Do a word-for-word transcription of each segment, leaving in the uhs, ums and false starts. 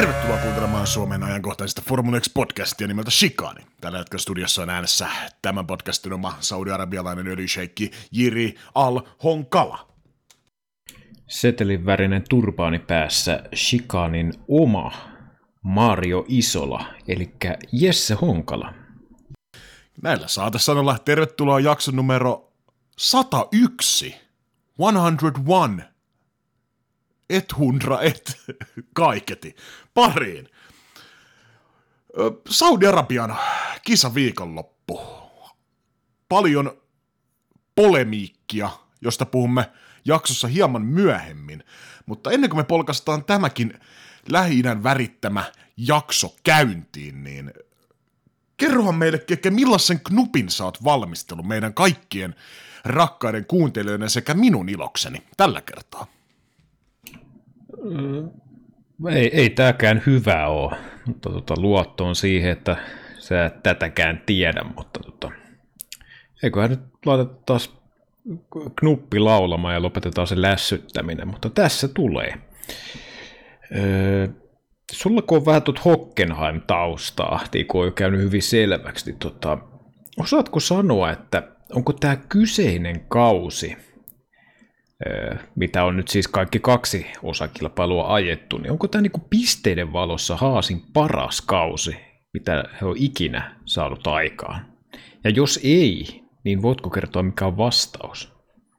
Tervetuloa kuuntelemaan Suomen ajankohtaisesta Formula yksi-podcastia nimeltä Chicane. Tällä hetkellä studiossa on äänessä tämän podcastin oma saudi-arabialainen öljysheikki Jiri Al-Honkala. Setelin värinen turbaani päässä Chicanen oma Mario Isola, eli Jesse Honkala. Näillä saatesanoilla tervetuloa jakson numero sata yksi. sata yksi. Et hundra et kaiketi pariin. Saudi-Arabian kisaviikonloppu. Paljon polemiikkia, josta puhumme jaksossa hieman myöhemmin. Mutta ennen kuin me polkastaan tämäkin Lähi-idän värittämä jakso käyntiin, niin kerrohan meille, Keke, millaisen knupin sä oot valmistellut meidän kaikkien rakkaiden kuuntelijoiden sekä minun ilokseni tällä kertaa? Ei, ei tämäkään hyvä ole, mutta tota, luotto on siihen, että sä et tätäkään tiedä, mutta tota, eiköhän nyt laiteta taas knuppi laulamaan ja lopetetaan se lässyttäminen, mutta tässä tulee. Öö, sulla kun on vähän tuot Hockenheim-taustaa, niin kun on jo käynyt hyvin selväksi, niin tota, osaatko sanoa, että onko tämä kyseinen kausi, mitä on nyt siis kaikki kaksi osakilpailua ajettu, niin onko tämä niinku pisteiden valossa Haasin paras kausi, mitä he on ikinä saanut aikaan? Ja jos ei, niin voitko kertoa, mikä on vastaus?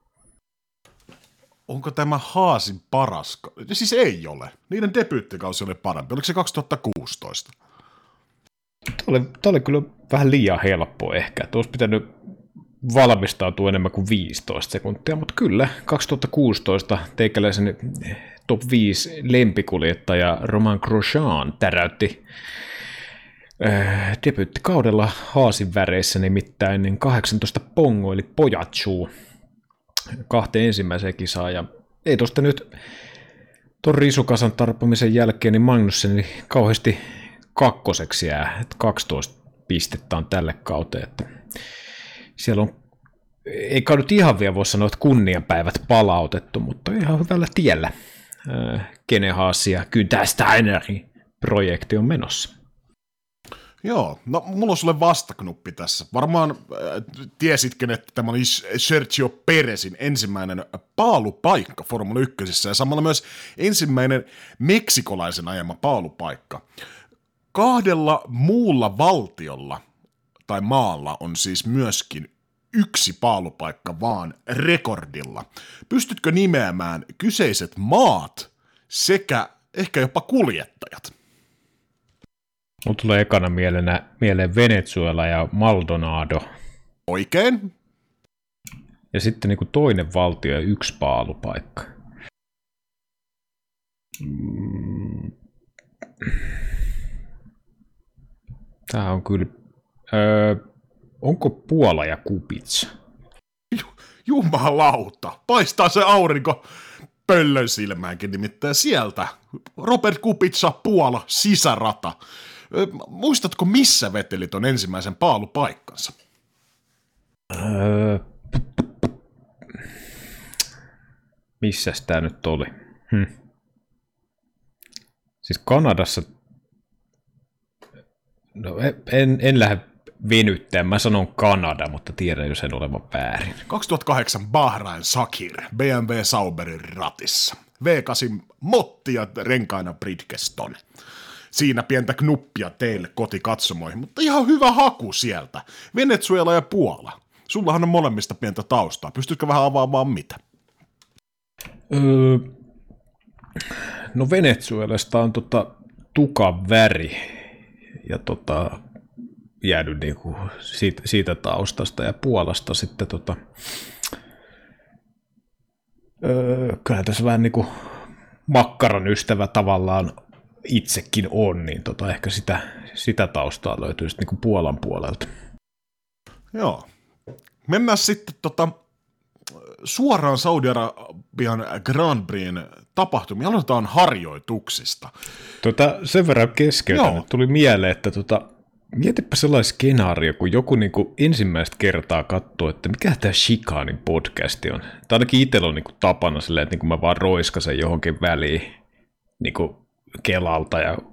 Onko tämä Haasin paras kausi? Siis ei ole. Niiden debyyttikausi oli parempi. Oliko se kaksituhattakuusitoista? Tämä oli, tämä oli kyllä vähän liian helppo ehkä. Olisi pitänyt valmistautuu enemmän kuin viisitoista sekuntia, mutta kyllä kaksituhattakuusitoista teikäläisen top viisi lempikuljettaja Romain Grosjean täräytti äh, debyyttikaudella Haasin väreissä, nimittäin kahdeksantoista pongoili Pogačar kahteen ensimmäiseen kisaan, ja ei tuosta nyt tuon risukasan tarppamisen jälkeen niin Magnussen kauheasti kakkoseksi jää, että kaksitoista pistettä on tälle kauteen, että siellä on, ei kai nyt ihan vielä voi sanoa, että kunniapäivät palautettu, mutta ihan hyvällä tiellä Kene Haas ja Günther Steinerin projekti on menossa. Joo, no mulla on sulle vastaknuppi tässä. Varmaan äh, tiesitkin, että tämä oli Sergio Perezin ensimmäinen paalupaikka Formula ykkösessä ja samalla myös ensimmäinen meksikolaisen ajama paalupaikka. Kahdella muulla valtiolla tai maalla on siis myöskin yksi paalupaikka vaan rekordilla. Pystytkö nimeämään kyseiset maat sekä ehkä jopa kuljettajat? Mulla tulee ekana mielenä, mieleen Venezuela ja Maldonado. Oikein. Ja sitten niin kuin toinen valtio ja yksi paalupaikka. Mm. Tämä on kyllä... Öö, onko Puola ja Kubica? Jumalauta, paistaa se aurinko pöllön silmäänkin nimittäin sieltä. Robert Kubica, Puola, sisärata. Öö, muistatko, missä vetelit on ensimmäisen paalupaikkansa? Öö, missäs tää nyt oli? Hm. Siis Kanadassa... No en, en lähde venyttämään, mä sanon Kanada, mutta tiedän jo sen olevan väärin. kaksituhattakahdeksan Bahrain Sakir, B M W Sauberin ratissa. V kahdeksan Motti ja renkaina Bridgestone. Siinä pientä knuppia teille kotikatsomoihin, mutta ihan hyvä haku sieltä. Venezuela ja Puola. Sullahan on molemmista pientä taustaa. Pystytkö vähän avaamaan mitä? Öö, no Venezuelasta on tota tukan väri. Ja tota, jäänyt niinku siitä, siitä taustasta ja Puolasta sitten tota, öö, kyllä tässä vähän niinku makkaran ystävä tavallaan itsekin on, niin tota, ehkä sitä, sitä taustaa löytyy sitten niinku Puolan puolelta. Joo. Mennään sitten tota, suoraan Saudi-Arabian Grand Prixin tapahtumia. Aloitetaan harjoituksista. Tota, sen verran keskeytän, tuli mieleen, että tota, mietipä sellainen skenaario, kun joku niin kuin ensimmäistä kertaa katsoo, että mikä tämä Chicanen podcasti on. Tai ainakin itsellä on niin kuin tapana silleen, että niin kuin mä vaan roiskasen johonkin väliin niin kuin Kelalta ja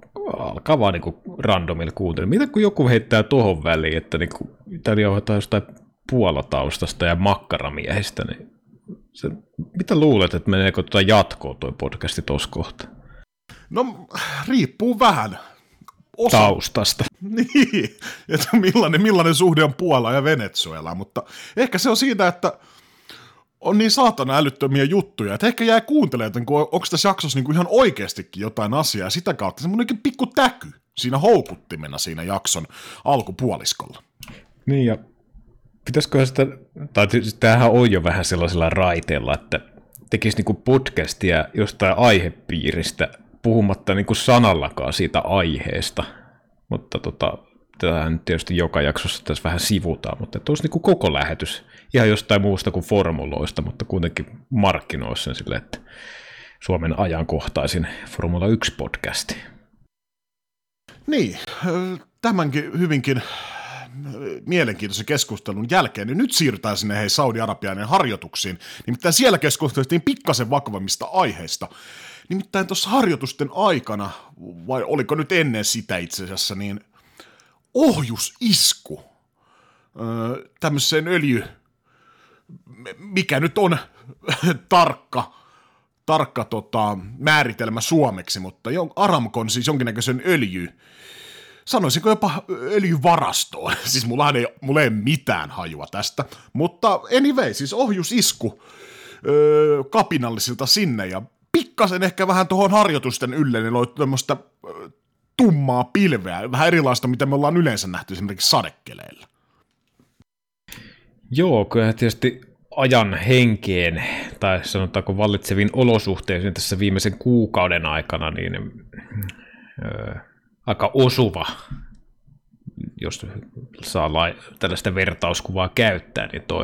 alkaa vaan niin randomilla kuuntelemaan. Mitä kun joku heittää tuohon väliin, että niin täällä johdetaan jostain puolataustasta ja makkaramiehistä, niin se, mitä luulet, että meneekö tuota jatkoa tuo podcasti tuossa kohtaa? No, riippuu vähän. Osa. Taustasta. Niin, että millainen, millainen suhde on Puola ja Venezuela, mutta ehkä se on siitä, että on niin saatana älyttömiä juttuja, että ehkä jää kuuntelemaan, että onko tässä jaksossa niinku ihan oikeastikin jotain asiaa, ja sitä kautta semmoinenkin pikku täky siinä houkuttimena siinä jakson alkupuoliskolla. Niin, ja pitäisiköhän sitä, tai tämähän on jo vähän sellaisella raiteella, että tekisi niinku podcastia jostain aihepiiristä, puhumatta niinku sanallakaan siitä aiheesta, mutta tota, tätähän nyt tietysti joka jaksossa tässä vähän sivutaan, mutta että olisi niinku koko lähetys ihan jostain muusta kuin formuloista, mutta kuitenkin markkinoissa sen sille, että Suomen ajankohtaisin Formula yksi podcasti. Niin, tämänkin hyvinkin mielenkiintoisen keskustelun jälkeen, niin nyt siirrytään sinne hei Saudi-Arabian harjoituksiin, nimittäin siellä keskusteltiin pikkasen vakavammista aiheista. Nimittäin tuossa harjoitusten aikana, vai oliko nyt ennen sitä itse asiassa, niin ohjusisku öö, tämmöiseen öljy, mikä nyt on tarkka, tarkka tota, määritelmä suomeksi, mutta Aramcon siis jonkinnäköisen öljy, sanoisinko jopa öljyvarastoon, siis mulla ei, mulla ei mitään hajua tästä, mutta anyway, siis ohjusisku öö, kapinallisilta sinne ja pikkasen ehkä vähän tuohon harjoitusten ylle, niin oli tämmöistä tummaa pilveä, vähän erilaista, mitä me ollaan yleensä nähty esimerkiksi sadekeleillä. Joo, kyllä tietysti ajan henkeen, tai sanotaanko vallitseviin olosuhteisiin tässä viimeisen kuukauden aikana, niin öö, aika osuva, jos saa lai, tällaista vertauskuvaa käyttää, niin tuo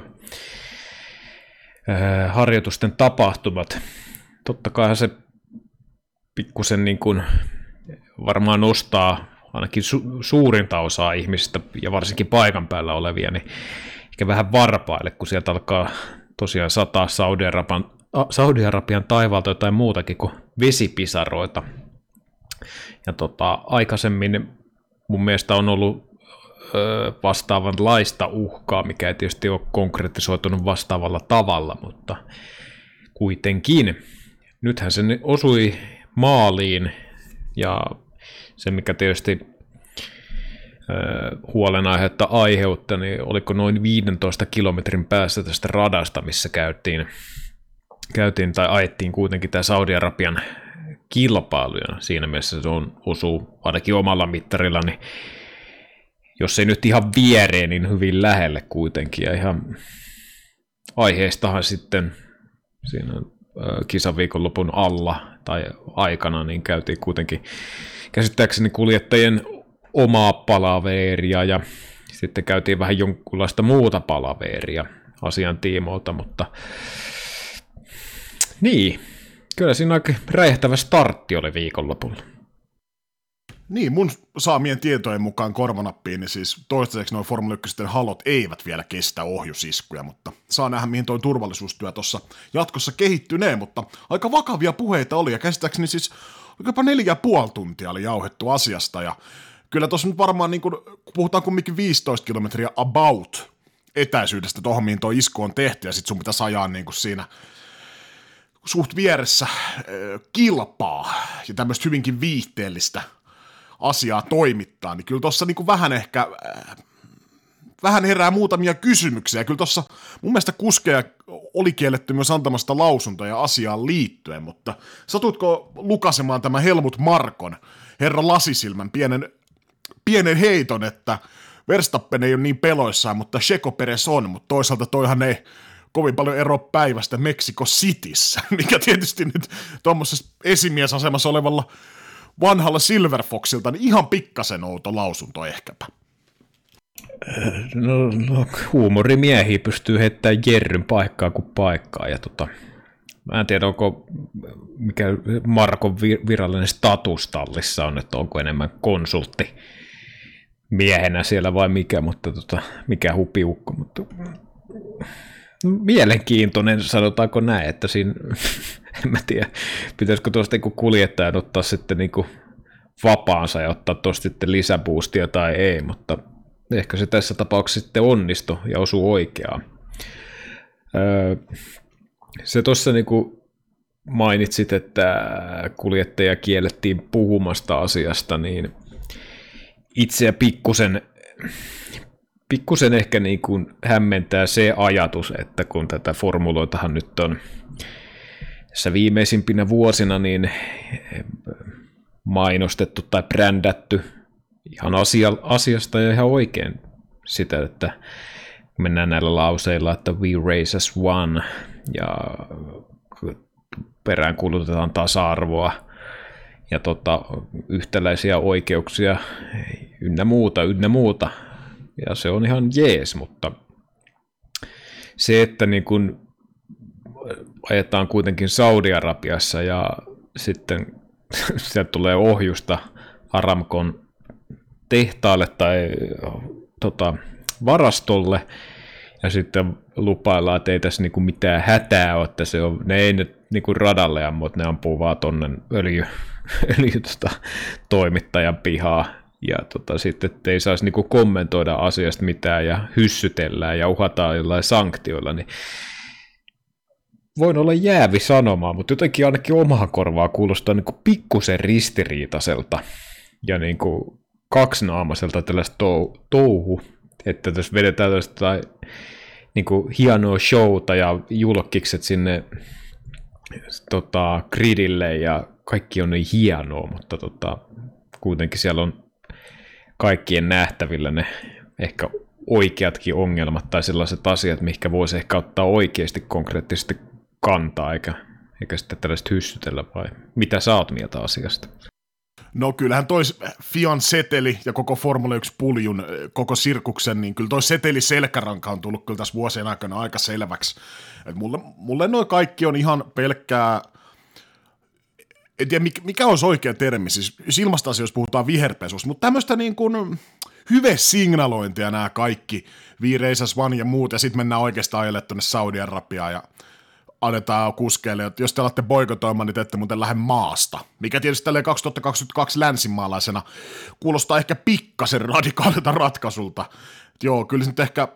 öö, harjoitusten tapahtumat. Totta kai se pikkusen niin kuin varmaan nostaa ainakin su- suurinta osaa ihmisistä ja varsinkin paikan päällä olevia, niin ehkä vähän varpaille, kun sieltä alkaa tosiaan sataa Saudi-Arabian, Saudi-Arabian taivaalta jotain muutakin kuin vesipisaroita. Ja tota, aikaisemmin mun mielestä on ollut ö, vastaavanlaista uhkaa, mikä ei tietysti ole konkretisoitunut vastaavalla tavalla, mutta kuitenkin. Nythän se osui maaliin, ja se mikä tietysti huolenaihetta aiheutta, niin oliko noin viidentoista kilometrin päässä tästä radasta, missä käytiin, käytiin tai ajettiin kuitenkin tämä Saudi-Arabian kilpailuja. Siinä mielessä se on, osuu ainakin omalla mittarilla, niin jos ei nyt ihan viereen, niin hyvin lähelle kuitenkin. Ja ihan aiheestahan sitten siinä kisan viikonlopun alla tai aikana, niin käytiin kuitenkin käsittääkseni kuljettajien omaa palaveria ja sitten käytiin vähän jonkunlaista muuta palaveria asian tiimoilta, mutta niin, kyllä siinä aika räjähtävä startti oli viikonlopulla. Niin, mun saamien tietojen mukaan korvanappiin, niin siis toistaiseksi noin Formula yksi halot eivät vielä kestä ohjusiskuja, mutta saa nähdä, mihin toi turvallisuustyö tuossa jatkossa kehittynee, mutta aika vakavia puheita oli, ja käsittääkseni siis jopa neljä ja puoli tuntia oli jauhettu asiasta, ja kyllä tuossa nyt varmaan, niin kun puhutaan kumminkin viisitoista kilometriä about etäisyydestä tuohon, mihin tuo isku on tehty, ja sit sun pitäisi ajaa niin kuin siinä suht vieressä äh, kilpaa, ja tämmöistä hyvinkin viihteellistä asiaa toimittaa, niin kyllä tuossa niin vähän ehkä, äh, vähän herää muutamia kysymyksiä. Kyllä tuossa mun mielestä kuskeja oli kielletty myös antamasta lausuntoja asiaan liittyen, mutta satutko lukasemaan tämän Helmut Markon, herra Lasisilmän, pienen, pienen heiton, että Verstappen ei ole niin peloissaan, mutta Checo Perez on, mutta toisaalta toihan ei kovin paljon ero päivästä Mexico Cityssä, mikä tietysti nyt tuommoisessa esimiesasemassa olevalla vanhalla Silver Foxilta, niin ihan pikkasen outo lausunto ehkäpä. No, no huumorimiehiä pystyy heittämään Jerryn paikkaa kuin paikkaa, ja tota, mä en tiedä, onko mikä Markon virallinen status tallissa on, että onko enemmän konsultti miehenä siellä vai mikä, mutta tota, mikä hupiukko, mutta mielenkiintoinen, sanotaanko näin, että siinä, en mä tiedä, pitäisikö tuosta niin kuljettajan ottaa sitten niin vapaansa ja ottaa tuosta sitten lisäboostia tai ei, mutta ehkä se tässä tapauksessa sitten onnistui ja osui oikeaan. Öö, se tuossa niinku mainitsit, että kuljettaja kiellettiin puhumasta asiasta, niin itseä pikkusen, pikkusen ehkä niin kuin hämmentää se ajatus, että kun tätä formuloitahan nyt on tässä viimeisimpinä vuosina niin mainostettu tai brändätty ihan asia, asiasta ja ihan oikein sitä, että mennään näillä lauseilla, että we race as one ja perään kuulutetaan tasa-arvoa ja tota, yhtäläisiä oikeuksia ynnä muuta, ynnä muuta. Ja se on ihan jees, mutta se, että niin kun ajetaan kuitenkin Saudi-Arabiassa ja sitten sieltä tulee ohjusta Aramcon tehtaalle tai tota, varastolle ja sitten lupaillaan, että ei tässä niinku mitään hätää ole, että se on, ne ei nyt niinku radalle ammu, että ne ampuu vaan tonne öljy, öljy tota, toimittajan pihaa ja tota, sitten ei saisi niinku kommentoida asiasta mitään ja hyssytellään ja uhataan jollain sanktioilla, niin voin olla jäävi sanomaan, mutta jotenkin ainakin omaan korvaan kuulostaa niinku pikkusen ristiriitaiselta ja niinku kaksinaamaiselta tällaista touhu, että jos vedetään tällaista niinku hienoa showta ja julkikset sinne tota, gridille ja kaikki on niin hienoa, mutta tota, kuitenkin siellä on kaikkien nähtävillä ne ehkä oikeatkin ongelmat tai sellaiset asiat, mihinkä voisi ehkä ottaa oikeasti konkreettisesti kantaa, eikä, eikä sitten tällaista hyssytellä, vai mitä sä oot mieltä asiasta? No kyllähän toi Fian seteli ja koko Formula yksi puljun, koko sirkuksen, niin kyllä toi seteli selkäranka on tullut kyllä tässä vuosien aikana aika selväksi. Et mulle, mulle noi kaikki on ihan pelkkää, en tiedä mikä olisi oikea termi, siis ilmasta-asioissa puhutaan viherpesusta, mutta tämmöistä niin kuin hyvesignalointia nämä kaikki, We Race as One ja muut, ja sitten mennään oikeastaan ajelle tuonne Saudi-Arabiaan ja annetaan kuskeille, että jos te alatte boikotoimaan, niin te ette muuten lähde maasta. Mikä tietysti tälleen kaksituhattakaksikymmentäkaksi länsimaalaisena kuulostaa ehkä pikkasen radikaalilta ratkaisulta. Et joo, kyllä se nyt ehkä,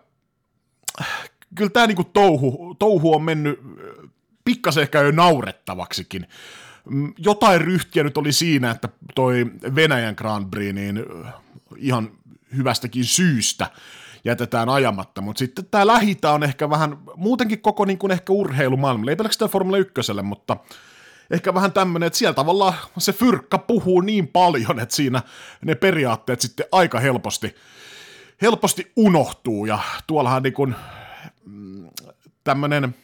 kyllä tämä niinku touhu, touhu on mennyt pikkasen ehkä jo naurettavaksikin. Jotain ryhtiä nyt oli siinä, että toi Venäjän Grand Prix, niin ihan hyvästäkin syystä jätetään ajamatta, mutta sitten tämä lähitä on ehkä vähän, muutenkin koko niin kuin ehkä urheilumaailmalle, ei pelkästään Formula ykköselle, mutta ehkä vähän tämmöinen, että siellä tavallaan se fyrkka puhuu niin paljon, että siinä ne periaatteet sitten aika helposti, helposti unohtuu, ja tuollahan niin kuin tämmöinen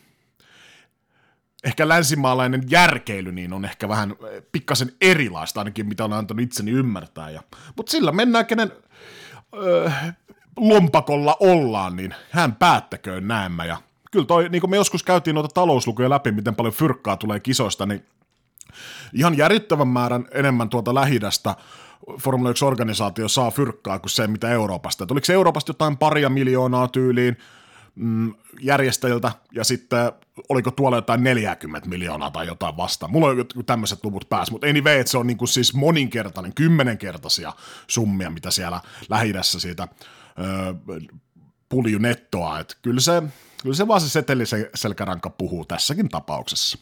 ehkä länsimaalainen järkeily niin on ehkä vähän pikkasen erilaista, ainakin mitä olen antanut itseni ymmärtää, ja, mutta sillä mennään, kenen öö, lompakolla ollaan, niin hän päättäköön näemmä. Ja kyllä toi, niin kuin me joskus käytiin noita talouslukuja läpi, miten paljon fyrkkaa tulee kisoista, niin ihan järjittävän määrän enemmän tuolta Lähi-idästä Formula yksi-organisaatio saa fyrkkaa kuin se, mitä Euroopasta. Et oliko se Euroopasta jotain paria miljoonaa tyyliin mm, järjestäjiltä, ja sitten oliko tuolla jotain neljäkymmentä miljoonaa tai jotain vastaan. Mulla on tämmöiset luvut päässä, mutta anyway, että se on niin kuin siis moninkertainen, kymmenenkertaisia summia, mitä siellä Lähi-idässä siitä öö, pulju nettoa. Et kyllä, se, kyllä se vaan se seteli se selkäranka puhuu tässäkin tapauksessa.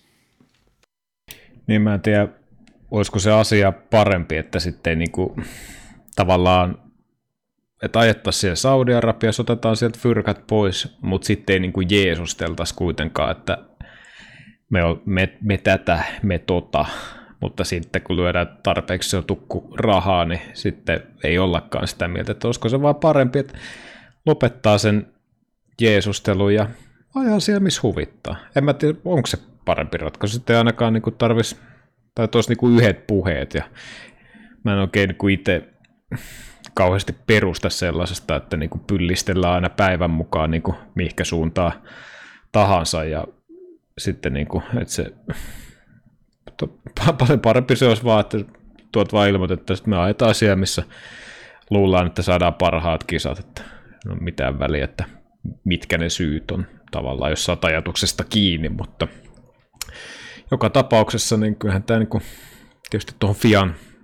Niin mä en tiedä, olisiko se asia parempi, että sitten ei niinku, tavallaan, että ajettaisiin siellä Saudi-Arabiassa, otetaan sieltä fyrkat pois, mutta sitten ei niinku jeesusteltaisi kuitenkaan, että me, me, me tätä, me tota, mutta sitten kun lyödään tarpeeksi se on tukku rahaa, niin sitten ei ollakaan sitä mieltä, että olisiko se vaan parempi, että lopettaa sen jeesustelun ja ajaa siellä, missä huvittaa. En mä tiedä, onko se parempi ratkaisu, sitten ei ainakaan niinku tarvitsisi, tai tuossa niinku yhdet puheet, ja mä en oikein niinku itse kauheasti perusta sellaisesta, että niinku pyllistellään aina päivän mukaan niinku mihinkä suuntaan tahansa, ja sitten niinku, että se to, paljon parempi se olisi vaan, että tuot vaan ilmoitettaisiin, että me ajetaan siellä, missä luullaan, että saadaan parhaat kisat, että ei ole mitään väliä, että mitkä ne syyt on tavallaan, jos saat ajatuksesta kiinni, mutta joka tapauksessa niin kyllähän tämä niin kuin, tietysti tuohon Fian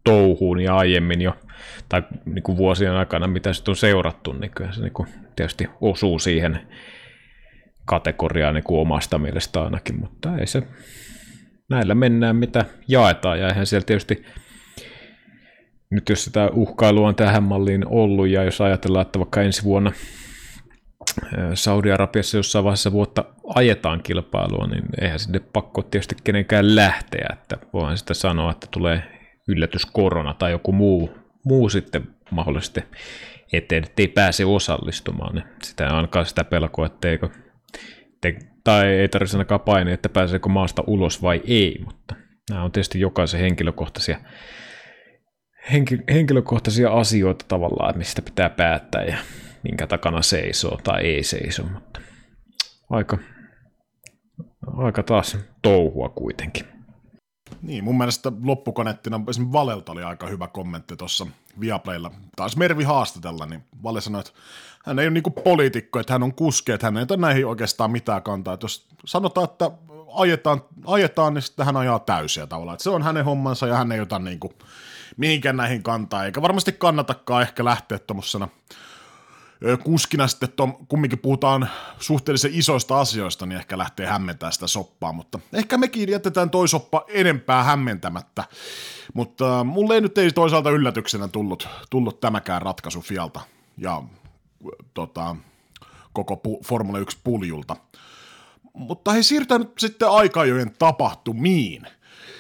touhuun ja aiemmin jo, tai niin kuin vuosien aikana, mitä sitten on seurattu, niin kyllä se niin kuin tietysti osuu siihen kategoriaan niin kuin omasta mielestä ainakin, mutta ei se, näillä mennään mitä jaetaan, ja eihän siellä tietysti, nyt jos sitä uhkailua on tähän malliin ollut, ja jos ajatellaan, että vaikka ensi vuonna Saudi-Arabiassa jossain vaiheessa vuotta ajetaan kilpailua, niin eihän sinne pakko tietysti kenenkään lähteä, että voihan sitä sanoa, että tulee yllätyskorona tai joku muu, muu sitten mahdollisesti eteen, että ei pääse osallistumaan, niin sitä ei ainakaan sitä pelkoa, etteikö, te, tai ei tarvitse ainakaan painia, että pääseekö maasta ulos vai ei, mutta nämä on tietysti jokaisen henkilökohtaisia, henki, henkilökohtaisia asioita tavallaan, että mistä pitää päättää ja minkä takana seisoo tai ei seiso, mutta aika, aika taas touhua kuitenkin. Niin, mun mielestä loppukonettina esimerkiksi Valelta oli aika hyvä kommentti tuossa Viaplaylla. Taas Mervi haastatella, niin Vale sanoi, että hän ei ole niinku poliitikko, että hän on kuski, että hän ei ole näihin oikeastaan mitään kantaa. Että jos sanotaan, että ajetaan, ajetaan niin sitten hän ajaa täysiä tavallaan. Että se on hänen hommansa ja hän ei ota niinku mihinkään näihin kantaa, eikä varmasti kannatakaan ehkä lähteä tuommoisena kuskina sitten, että kumminkin puhutaan suhteellisen isoista asioista, niin ehkä lähtee hämmentämään sitä soppaa, mutta ehkä mekin jätetään toi soppa enempää hämmentämättä, mutta mulle ei nyt ei toisaalta yllätyksenä tullut, tullut tämäkään ratkaisu Fialta ja tota, koko pu, Formula yksi puljulta. Mutta he siirrytään nyt sitten aikajojen tapahtumiin.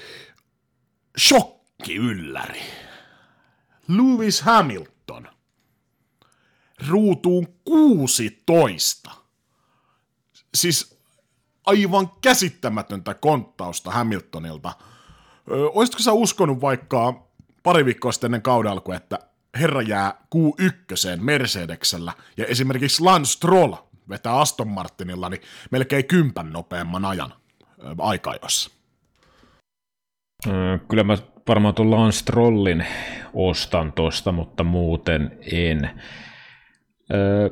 Shokki ylläri. Lewis Hamilton. Ruutuun kuusitoista. Siis aivan käsittämätöntä konttausta Hamiltonilta. Öö, olisitko sä uskonut vaikka pari viikkoa sitten ennen kauden alkua, että herra jää Q yksi Mercedeksellä ja esimerkiksi Lance Stroll vetää Aston Martinilla niin melkein kympän nopeamman ajan öö, aikajossa? Öö, kyllä mä varmaan tuon Lance Strollin ostan tosta, mutta muuten en. Öö,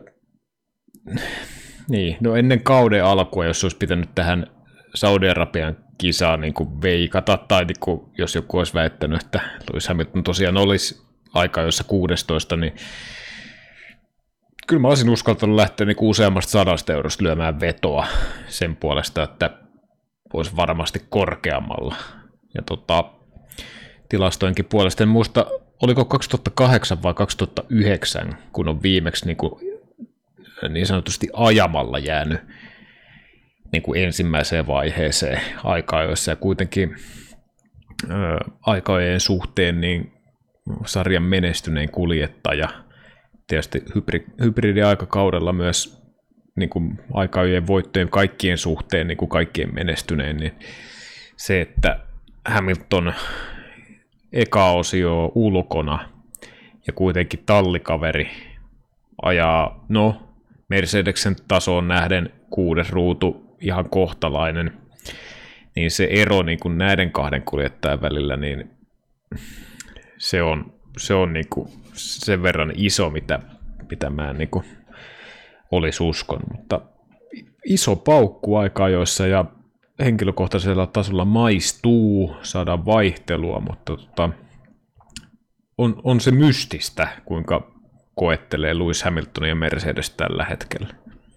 niin, no ennen kauden alkua, jos olisi pitänyt tähän Saudi-Arabian kisaan niin kuin veikata, tai niin kuin, jos joku olisi väittänyt, että Lewis Hamilton tosiaan olisi aika jossa kuusitoista, niin kyllä mä olisin uskaltanut lähteä niin useammasta sadasta eurosta lyömään vetoa sen puolesta, että olisi varmasti korkeammalla. Ja tota, tilastojenkin puolesta en muista, oliko kaksituhattakahdeksan vai kaksituhattayhdeksän, kun on viimeksi niin, kuin, niin sanotusti ajamalla jäänyt niin kuin ensimmäiseen vaiheeseen aika-ajoissa, ja kuitenkin ää, aika-ajojen suhteen niin sarjan menestynein kuljettaja, tietysti hybri, hybridiaikakaudella myös niin kuin aika-ajojen voittojen kaikkien suhteen niin kuin kaikkien menestynein, niin se, että Hamilton eka osio ulkona ja kuitenkin tallikaveri ajaa, no, Mercedeksen tasoon nähden kuudes ruutu ihan kohtalainen, niin se ero niin kuin näiden kahden kuljettajan välillä, niin se on, se on niin kuin sen verran iso, mitä, mitä mä en niin kuin olisi uskonut, mutta iso paukku aika-ajoissa ja henkilökohtaisella tasolla maistuu, saadaan vaihtelua, mutta tota, on, on se mystistä, kuinka koettelee Lewis Hamilton ja Mercedes tällä hetkellä.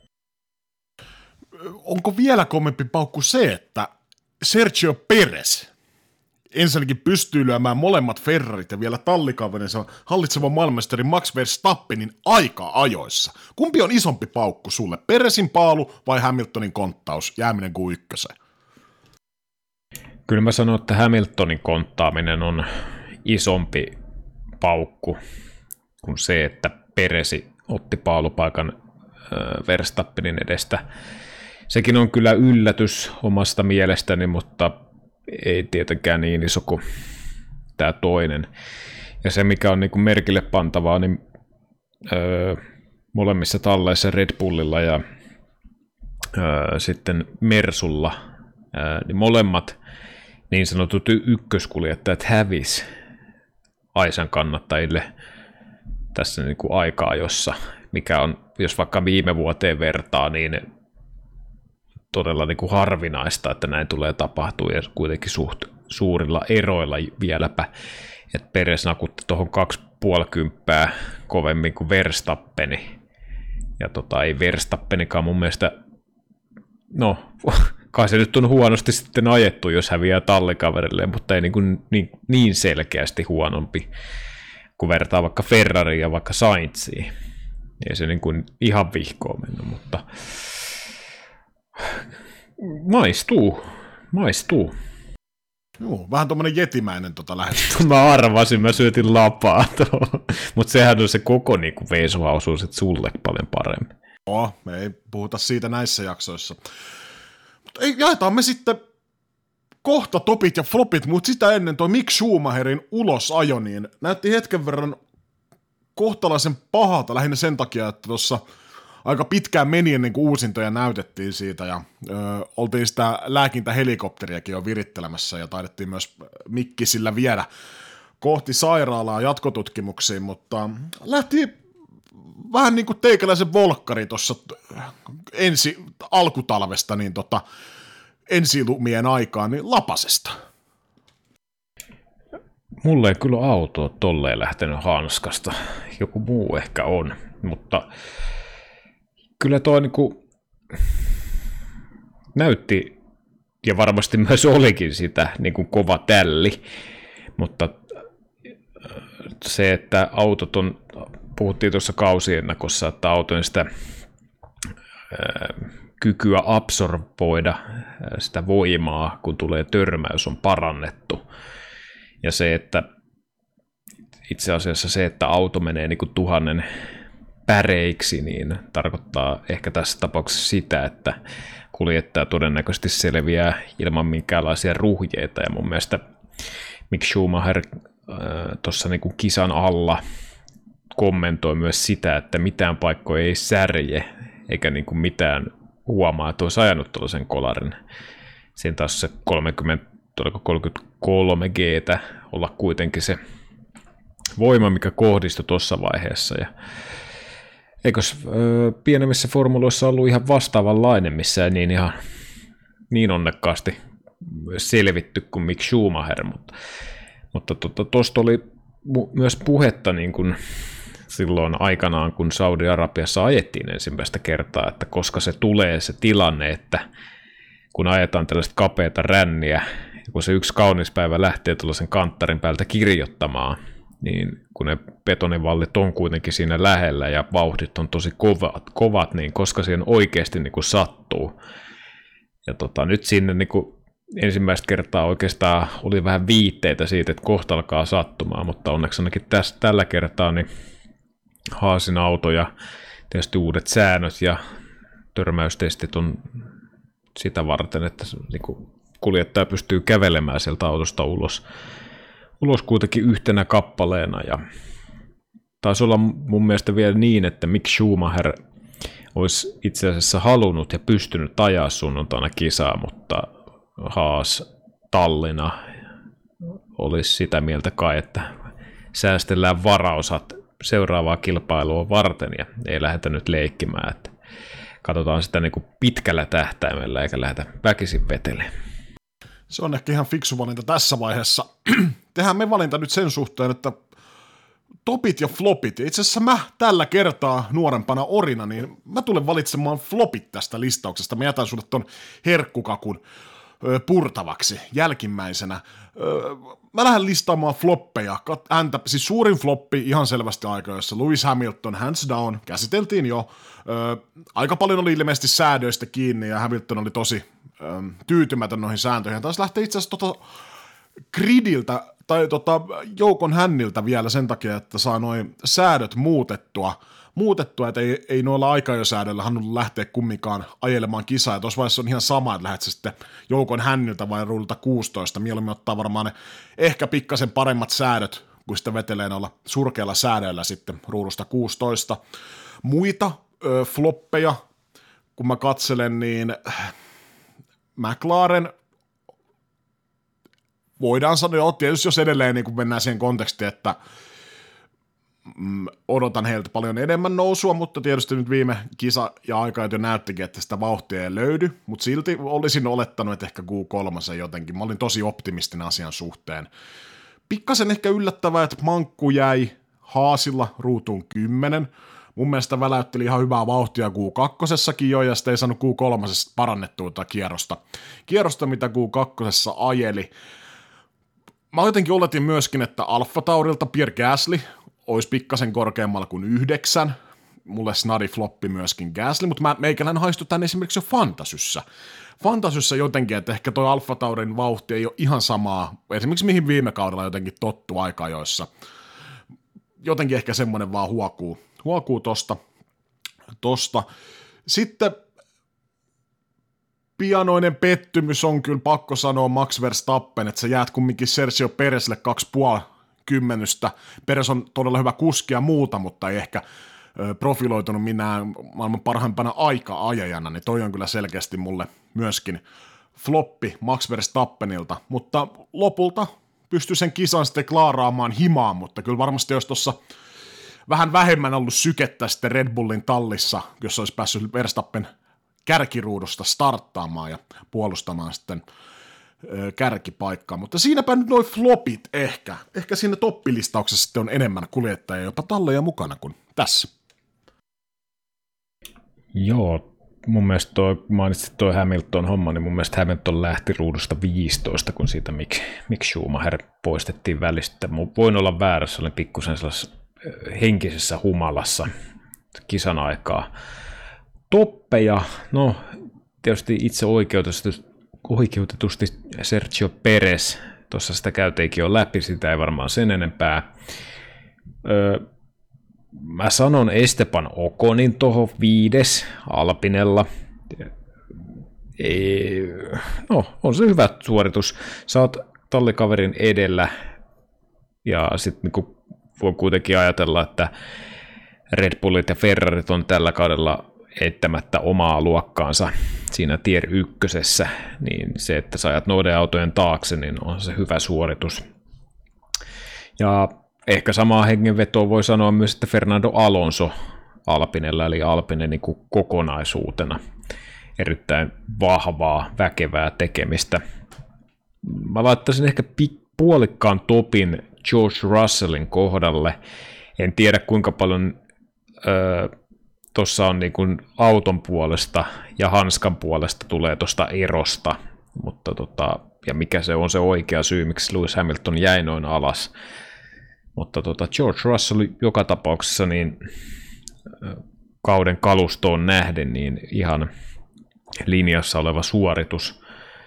Onko vielä kommempi paukku se, että Sergio Perez ensinnäkin pystyy lyömään molemmat Ferrarit ja vielä tallikaverinsa hallitsevan maailmanmestari Max Verstappenin aika-ajoissa? Kumpi on isompi paukku sulle, Perezin paalu vai Hamiltonin konttaus, jääminen Q yksi? Kyllä mä sanon, että Hamiltonin konttaaminen on isompi paukku kuin se, että Perezi otti paalupaikan Verstappenin edestä. Sekin on kyllä yllätys omasta mielestäni, mutta ei tietenkään niin iso kuin tämä toinen. Ja se, mikä on niin kuin merkille pantavaa, niin öö, molemmissa talleissa Red Bullilla ja öö, sitten Mersulla, öö, niin molemmat niin sanotut ykköskuljettajat hävis Aisan kannattajille tässä niin kuin aika-ajossa, mikä on, jos vaikka viime vuoteen vertaa, niin todella niin kuin harvinaista, että näin tulee tapahtua ja kuitenkin suht suurilla eroilla vieläpä. että Perez nakutti tuohon kaksi puolikymppää kovemmin kuin Verstappeni. Ja tota, ei Verstappenikaan mun mielestä, no kai se nyt on huonosti sitten ajettu, jos häviää tallikaverille, mutta ei niin, kuin, niin, niin selkeästi huonompi, kun vertaa vaikka Ferrariin ja vaikka Sainziin. Ei se niin kuin ihan vihkoon mennyt, mutta maistuu, maistuu. Joo, vähän tuommoinen jetimäinen tota lähetys. Mä arvasin, mä syötin lapaa tuohon. Mutta sehän on se koko niinku veisuhausuus, että sulle paljon paremmin. Joo, me ei puhuta siitä näissä jaksoissa. Mutta ei, jaetaan me sitten kohta topit ja flopit, mutta sitä ennen toi Mick Schumacherin ulosajo, niin näytti hetken verran kohtalaisen pahalta, lähinnä sen takia, että tuossa aika pitkään meni ennen kuin uusintoja näytettiin siitä, ja ö, oltiin sitä lääkintähelikopteriakin jo virittelemässä, ja taidettiin myös Mikki sillä viedä kohti sairaalaa jatkotutkimuksiin, mutta lähti vähän niin kuin teikäläisen volkkari tuossa ensi alkutalvesta, niin tota, ensilumien aikaan, niin lapasesta. Mulle ei kyllä auto tolleen lähtenyt hanskasta, joku muu ehkä on, mutta kyllä toi niinku näytti, ja varmasti myös olikin sitä niin kuin kova tälli, mutta se, että autot on, puhuttiin tuossa kausiennakossa, että autojen sitä ää, kykyä absorboida sitä voimaa, kun tulee törmäys, on parannettu. Ja se, että itse asiassa se, että auto menee niin kuin tuhannen päreiksi, niin tarkoittaa ehkä tässä tapauksessa sitä, että kuljettaja todennäköisesti selviää ilman minkäänlaisia ruhjeita. Ja mun mielestä Mick Schumacher äh, tuossa niin kuin kisan alla kommentoi myös sitä, että mitään paikkoja ei särje, eikä niin kuin mitään huomaa, että olisi ajanut tuollaisen kolarin. Siinä taas se kolmekymmentä, kolmekymmentäkolme G:tä olla kuitenkin se voima, mikä kohdistui tuossa vaiheessa. Ja eikös öö, pienemmissä formuloissa ollut ihan vastaavanlainen, missä ei niin ihan niin onnekkaasti selvitty kuin Mick Schumacher, mutta, mutta tuosta tota, oli mu- myös puhetta niin kuin silloin aikanaan, kun Saudi-Arabiassa ajettiin ensimmäistä kertaa, että koska se tulee se tilanne, että kun ajetaan tällaista kapeata ränniä, ja kun se yksi kaunis päivä lähtee tuollaisen kanttarin päältä kirjoittamaan, niin kun ne betonivallit on kuitenkin siinä lähellä ja vauhdit on tosi kovat, kovat niin koska siihen oikeasti niin kuin sattuu. Ja tota, nyt sinne niin kuin ensimmäistä kertaa oikeastaan oli vähän viitteitä siitä, että kohta alkaa sattumaan, mutta onneksi ainakin tässä, tällä kertaa niin Haasin auto ja tietysti uudet säännöt ja törmäystestit on sitä varten, että niin kuin kuljettaja pystyy kävelemään sieltä autosta ulos. ulos kuitenkin yhtenä kappaleena, ja taisi olla mun mielestä vielä niin, että Mick Schumacher olisi itse asiassa halunnut ja pystynyt ajaa sunnuntaina kisaa, mutta Haas Tallinna olisi sitä mieltä kai, että säästellään varaosat seuraavaa kilpailua varten ja ei lähdetä nyt leikkimään, että katsotaan sitä niin kuin pitkällä tähtäimellä eikä lähdetä väkisin vetelemään. Se on ehkä ihan fiksu valinta tässä vaiheessa. Tehdään me valinta nyt sen suhteen, että topit ja flopit. Itse asiassa mä tällä kertaa nuorempana orina, niin mä tulen valitsemaan flopit tästä listauksesta. Mä jätän sulle ton herkkukakun ö, purtavaksi jälkimmäisenä. Ö, mä lähden listaamaan floppeja. Häntä, siis suurin floppi ihan selvästi aika, jossa Lewis Hamilton hands down käsiteltiin jo. Ö, aika paljon oli ilmeisesti säädöistä kiinni ja Hamilton oli tosi tyytymätön noihin sääntöihin. Taisi lähteä itse asiassa tota gridiltä tai tota joukon hänniltä vielä sen takia, että saa noin säädöt muutettua, muutettua että ei, ei noilla aikajosäädöillä halunnut lähteä kumminkaan ajelemaan kisaa. Ja tuossa vaiheessa on ihan sama, että lähdet sitten joukon hänniltä vai ruudulta kuusitoista. Mieluummin ottaa varmaan ne ehkä pikkasen paremmat säädöt, kun sitten vetelee noilla surkeilla säädöillä sitten ruudusta kuusitoista. Muita ö, floppeja, kun mä katselen, niin McLaren, voidaan sanoa, että tietysti jos edelleen niin kun mennään siihen kontekstiin, että mm, odotan heiltä paljon enemmän nousua, mutta tietysti nyt viime kisa ja aika jo näyttikin, että sitä vauhtia ei löydy, mutta silti olisin olettanut, että ehkä Q kolme jotenkin. Mä olin tosi optimistinen asian suhteen. Pikkasen ehkä yllättävää, että Mankku jäi Haasilla ruutuun kymmenen. Mun mielestä väläytteli ihan hyvää vauhtia Q kaksi jo, ja sitten ei saanut Q kolme parannettua tätä kierrosta. Kierrosta, mitä Q kaksi ajeli. Mä jotenkin oletin myöskin, että Alfa Taurilta Pierre Gasly olisi pikkasen korkeammalla kuin yhdeksän. Mulle snadi floppi myöskin Gasly, mutta mä, meikäläinen haistui tän esimerkiksi jo Fantasyssä. Fantasyssä jotenkin, että ehkä toi Alfa Taurin vauhti ei ole ihan samaa, esimerkiksi mihin viime kaudella jotenkin tottu aika-ajoissa. Jotenkin ehkä semmoinen vaan huokuu, huokuu tosta, tosta. Sitten pianoinen pettymys on kyllä pakko sanoa Max Verstappen, että sä jäät kumminkin Sergio Perezille kaksi puoli kymmenystä. Perez on todella hyvä kuski ja muuta, mutta ei ehkä profiloitunut minään maailman parhaimpana aika-ajajana, niin toi on kyllä selkeästi mulle myöskin floppi Max Verstappenilta, mutta lopulta pystyi sen kisan sitten klaaraamaan himaan, mutta kyllä varmasti jos tuossa vähän vähemmän ollut sykettä sitten Red Bullin tallissa, jos olisi päässyt Verstappen kärkiruudusta starttaamaan ja puolustamaan sitten ö, kärkipaikkaa, mutta siinäpä nyt noi flopit ehkä. Ehkä siinä toppilistauksessa sitten on enemmän kuljettajia, jopa talleja mukana kuin tässä. Joo, mun mielestä toi, mainitsit toi Hamilton-homma, niin mun mielestä Hamilton lähti ruudusta viisitoista, kun siitä Mick, Mick Schumacher poistettiin välistä. Voin olla väärässä, olin pikkusen sellaisessa henkisessä humalassa kisan aikaa. Toppeja, no tietysti itse oikeutetusti, oikeutetusti Sergio Perez, tuossa sitä käyteikin jo läpi, sitä ei varmaan sen enempää. Öö, Mä sanon Esteban Oconin tuohon viides Alpinella. Ei, no, on se hyvä suoritus. Sä oot tallikaverin edellä ja sitten niinku voi kuitenkin ajatella, että Red Bullit ja Ferrarit on tällä kaudella eittämättä omaa luokkaansa siinä tier ykkösessä, niin se, että sä ajat noiden autojen taakse, niin on se hyvä suoritus. Ja ehkä samaa hengenvetoa voi sanoa myös, että Fernando Alonso Alpinella, eli Alpinen niin kuin kokonaisuutena. Erittäin vahvaa, väkevää tekemistä. Mä laittaisin ehkä puolikkaan topin George Russellin kohdalle. En tiedä kuinka paljon öö, tuossa on niin kuin auton puolesta ja hanskan puolesta tulee tuosta erosta, mutta tota, ja mikä se on se oikea syy, miksi Lewis Hamilton jäi noin alas. Mutta tota George Russell joka tapauksessa niin kauden kalustoon nähden niin ihan linjassa oleva suoritus.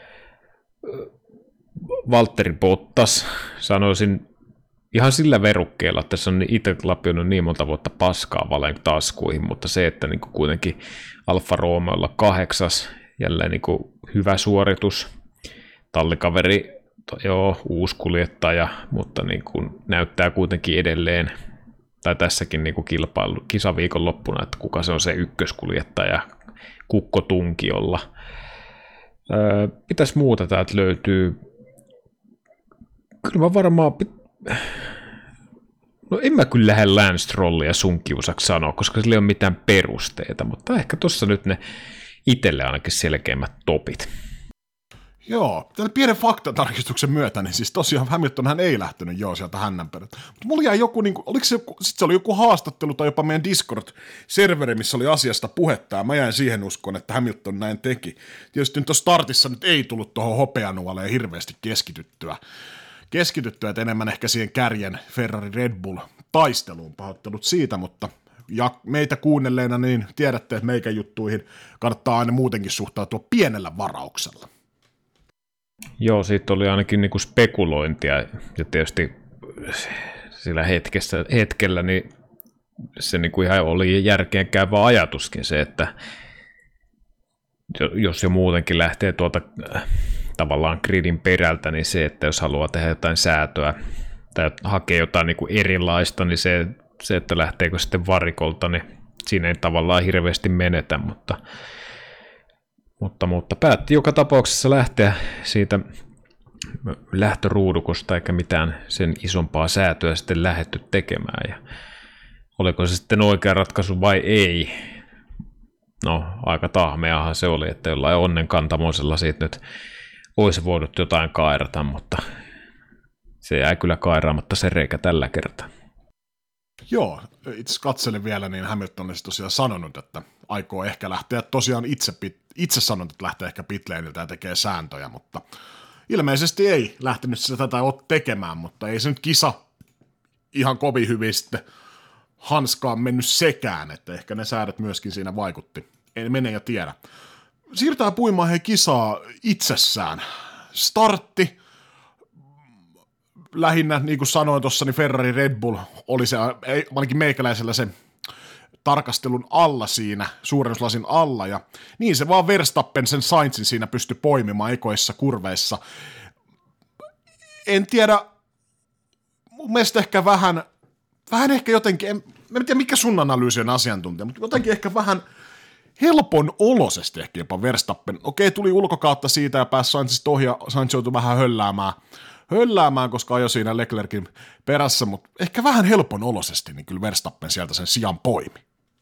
Valtteri Bottas, sanoisin ihan sillä verukkeella, että se on itse lapionut niin monta vuotta paskaa valen taskuihin, mutta se, että niin kuin kuitenkin Alfa Romeolla kahdeksas, jälleen niin kuin hyvä suoritus, tallikaveri, joo, uusi kuljettaja, mutta niin kuin näyttää kuitenkin edelleen, tai tässäkin niin kuin kilpailu, kisaviikon loppuna, että kuka se on se ykköskuljettaja kukkotunkiolla. Öö, mitäs muuta täältä löytyy? Kyllä mä varmaan... No en mä kyllä lähde Lance Strollia sun kiusaksi sanoa, koska sillä ei ole mitään perusteita, mutta ehkä tuossa nyt ne itselle ainakin selkeimmät topit. Joo, tämän pienen faktatarkistuksen myötä, niin siis tosiaan Hamiltonhan ei lähtenyt joo sieltä hännänperältä. Mutta mulla jäi joku, niin kuin, oliko se joku, sit se oli joku haastattelu tai jopa meidän Discord-serveri, missä oli asiasta puhetta, ja mä jäin siihen uskoon, että Hamilton näin teki. Tietysti nyt tuossa startissa nyt ei tullut tuohon hopeanuoleen hirveästi keskityttyä. Keskityttyä, että enemmän ehkä siihen kärjen Ferrari Red Bull taisteluun, pahoittelut siitä, mutta ja meitä kuunnelleena niin tiedätte, että meikä juttuihin kannattaa aina muutenkin suhtautua pienellä varauksella. Joo, siitä oli ainakin niinku spekulointia, ja tietysti sillä hetkessä, hetkellä niin se niinku ihan oli järkeen käyvä ajatuskin se, että jos jo muutenkin lähtee tuolta tavallaan gridin perältä, niin se, että jos haluaa tehdä jotain säätöä tai hakea jotain niinku erilaista, niin se, se, että lähteekö sitten varikolta, niin siinä ei tavallaan hirveästi menetä, mutta Mutta, mutta päätti joka tapauksessa lähteä siitä lähtöruudukosta eikä mitään sen isompaa säätöä sitten lähdetty tekemään. Ja oliko se sitten oikea ratkaisu vai ei? No aika tahmeahan se oli, että jollain onnenkantamoisella siitä nyt olisi voinut jotain kairata, mutta se jäi kyllä kairaamatta se reikä tällä kertaa. Joo, itse katselin vielä, niin Hamilton olisi tosiaan sanonut, että aikoo ehkä lähteä, tosiaan itse, itse sanonut, että lähtee ehkä pitleiniltä ja tekee sääntöjä, mutta ilmeisesti ei lähtenyt sitä tätä ole tekemään, mutta ei se nyt kisa ihan kovin hyvin sitten hanskaan mennyt sekään, että ehkä ne säädöt myöskin siinä vaikutti. Ei mene ja tiedä. Siirtää puimaan he kisaa itsessään. Startti. Lähinnä, niin kuin sanoin tuossa, niin Ferrari Red Bull oli se, ainakin meikäläisellä se tarkastelun alla siinä, suurennuslasin alla, ja niin se vaan Verstappen sen Sainzin siinä pystyi poimimaan ekoissa kurveissa. En tiedä, mun mielestä ehkä vähän, vähän ehkä jotenkin, en, en tiedä mikä sun analyysi on asiantuntija, mutta jotenkin ehkä vähän helpon olosesti ehkä jopa Verstappen. Okei, tuli ulkokautta siitä ja pääsi Sainzista ohi ja Sainz joutui vähän hölläämään, hölläämään, koska ajoi siinä Leclerkin perässä, mutta ehkä vähän helpon olosesti, niin kyllä Verstappen sieltä sen sijan poimi.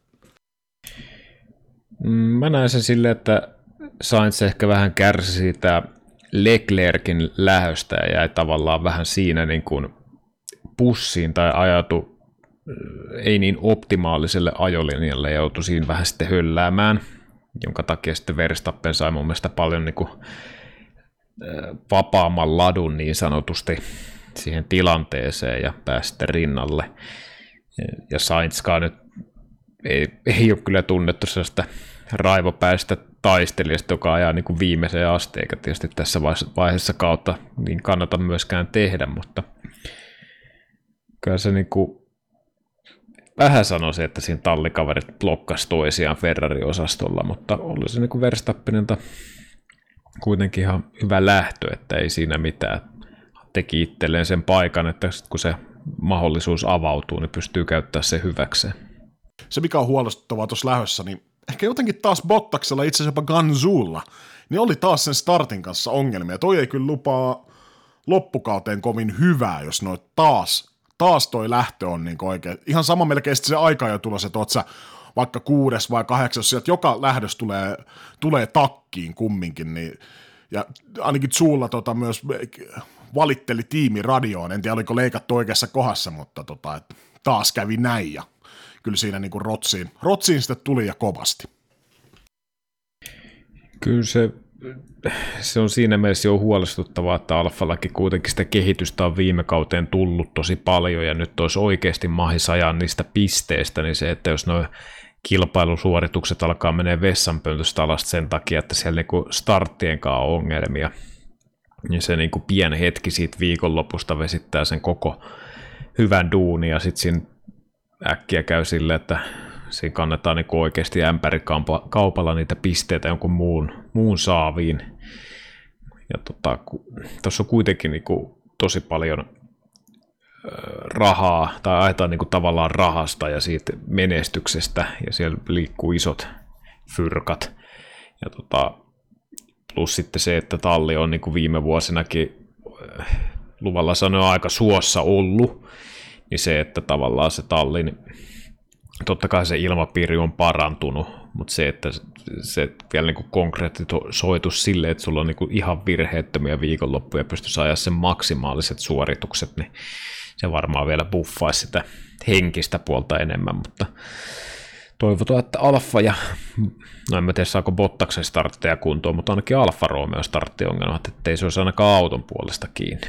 Mä näen sen silleen, että Sainz ehkä vähän kärsi siitä Leclerkin lähöstä ja jäi tavallaan vähän siinä niin kuin pussiin tai ajatu ei niin optimaaliselle ajolinjalle ja joutui siinä vähän sitten hölläämään, jonka takia sitten Verstappen sai mun mielestä paljon niin kuin vapaamman ladun niin sanotusti siihen tilanteeseen ja pääsi sitten rinnalle. Ja Sainzkaan nyt ei, ei ole kyllä tunnettu sellaista raivopäistä taistelijasta, joka ajaa niin kuin viimeiseen asti, eikä tietysti tässä vaiheessa kautta niin kannata myöskään tehdä, mutta kyllä se niin kuin vähän sanoisin, että siinä tallikaverit blokkasi toisiaan Ferrari-osastolla, mutta oli se niin kuin Verstappenilta kuitenkin ihan hyvä lähtö, että ei siinä mitään. Teki itselleen sen paikan, että kun se mahdollisuus avautuu, niin pystyy käyttämään se hyväkseen. Se, mikä on huolestuttavaa tuossa lähdössä, niin ehkä jotenkin taas Bottaksella, itse asiassa jopa Ganzulla, niin oli taas sen startin kanssa ongelmia. Toi ei kyllä lupaa loppukauteen kovin hyvää, jos noit taas, taas toi lähtö on niin oikein. Ihan sama melkein se aika jo tulos, että oot sä vaikka kuudes vai kahdeksas, jos sieltä joka lähdös tulee, tulee takkiin kumminkin, niin ja ainakin Zulla tota myös valitteli tiimiradioon, en tiedä oliko leikattu oikeassa kohdassa, mutta tota, et taas kävi näin ja kyllä siinä niin kuin rotsiin, rotsiin sitten tuli ja kovasti. Kyllä se, se on siinä mielessä jo huolestuttavaa, että Alfallakin kuitenkin sitä kehitystä on viime kauteen tullut tosi paljon ja nyt olisi oikeasti mahis ajaa niistä pisteistä, niin se, että jos nuo kilpailusuoritukset alkaa menee vessanpöntöstä alas sen takia, että siellä niinku starttien kanssa on ongelmia, niin se niinku pieni hetki siitä viikonlopusta vesittää sen koko hyvän duunin ja sitten siinä äkkiä käy silleen, että siinä kannetaan niinku oikeasti ämpärikaupalla niitä pisteitä jonkun muun, muun saaviin. Ja tota, tuossa on kuitenkin niinku tosi paljon rahaa, tai ajetaan niinku tavallaan rahasta ja siitä menestyksestä, ja siellä liikkuu isot fyrkat. Ja tota, plus sitten se, että talli on niinku viime vuosinakin luvalla sanoa aika suossa ollut, niin se, että tavallaan se tallin, totta kai se ilmapiiri on parantunut, mutta se, että se vielä niinku konkretisoitu silleen, että sulla on niinku ihan virheettömiä viikonloppuja ja pystyisi ajaa sen maksimaaliset suoritukset, niin se varmaan vielä buffaisi sitä henkistä puolta enemmän, mutta toivotaan, että Alfa ja, no en mä tiedä saako Bottaksen startteja kuntoon, mutta ainakin Alfa Romeo starttiongelmat, ettei se olisi ainakaan auton puolesta kiinni.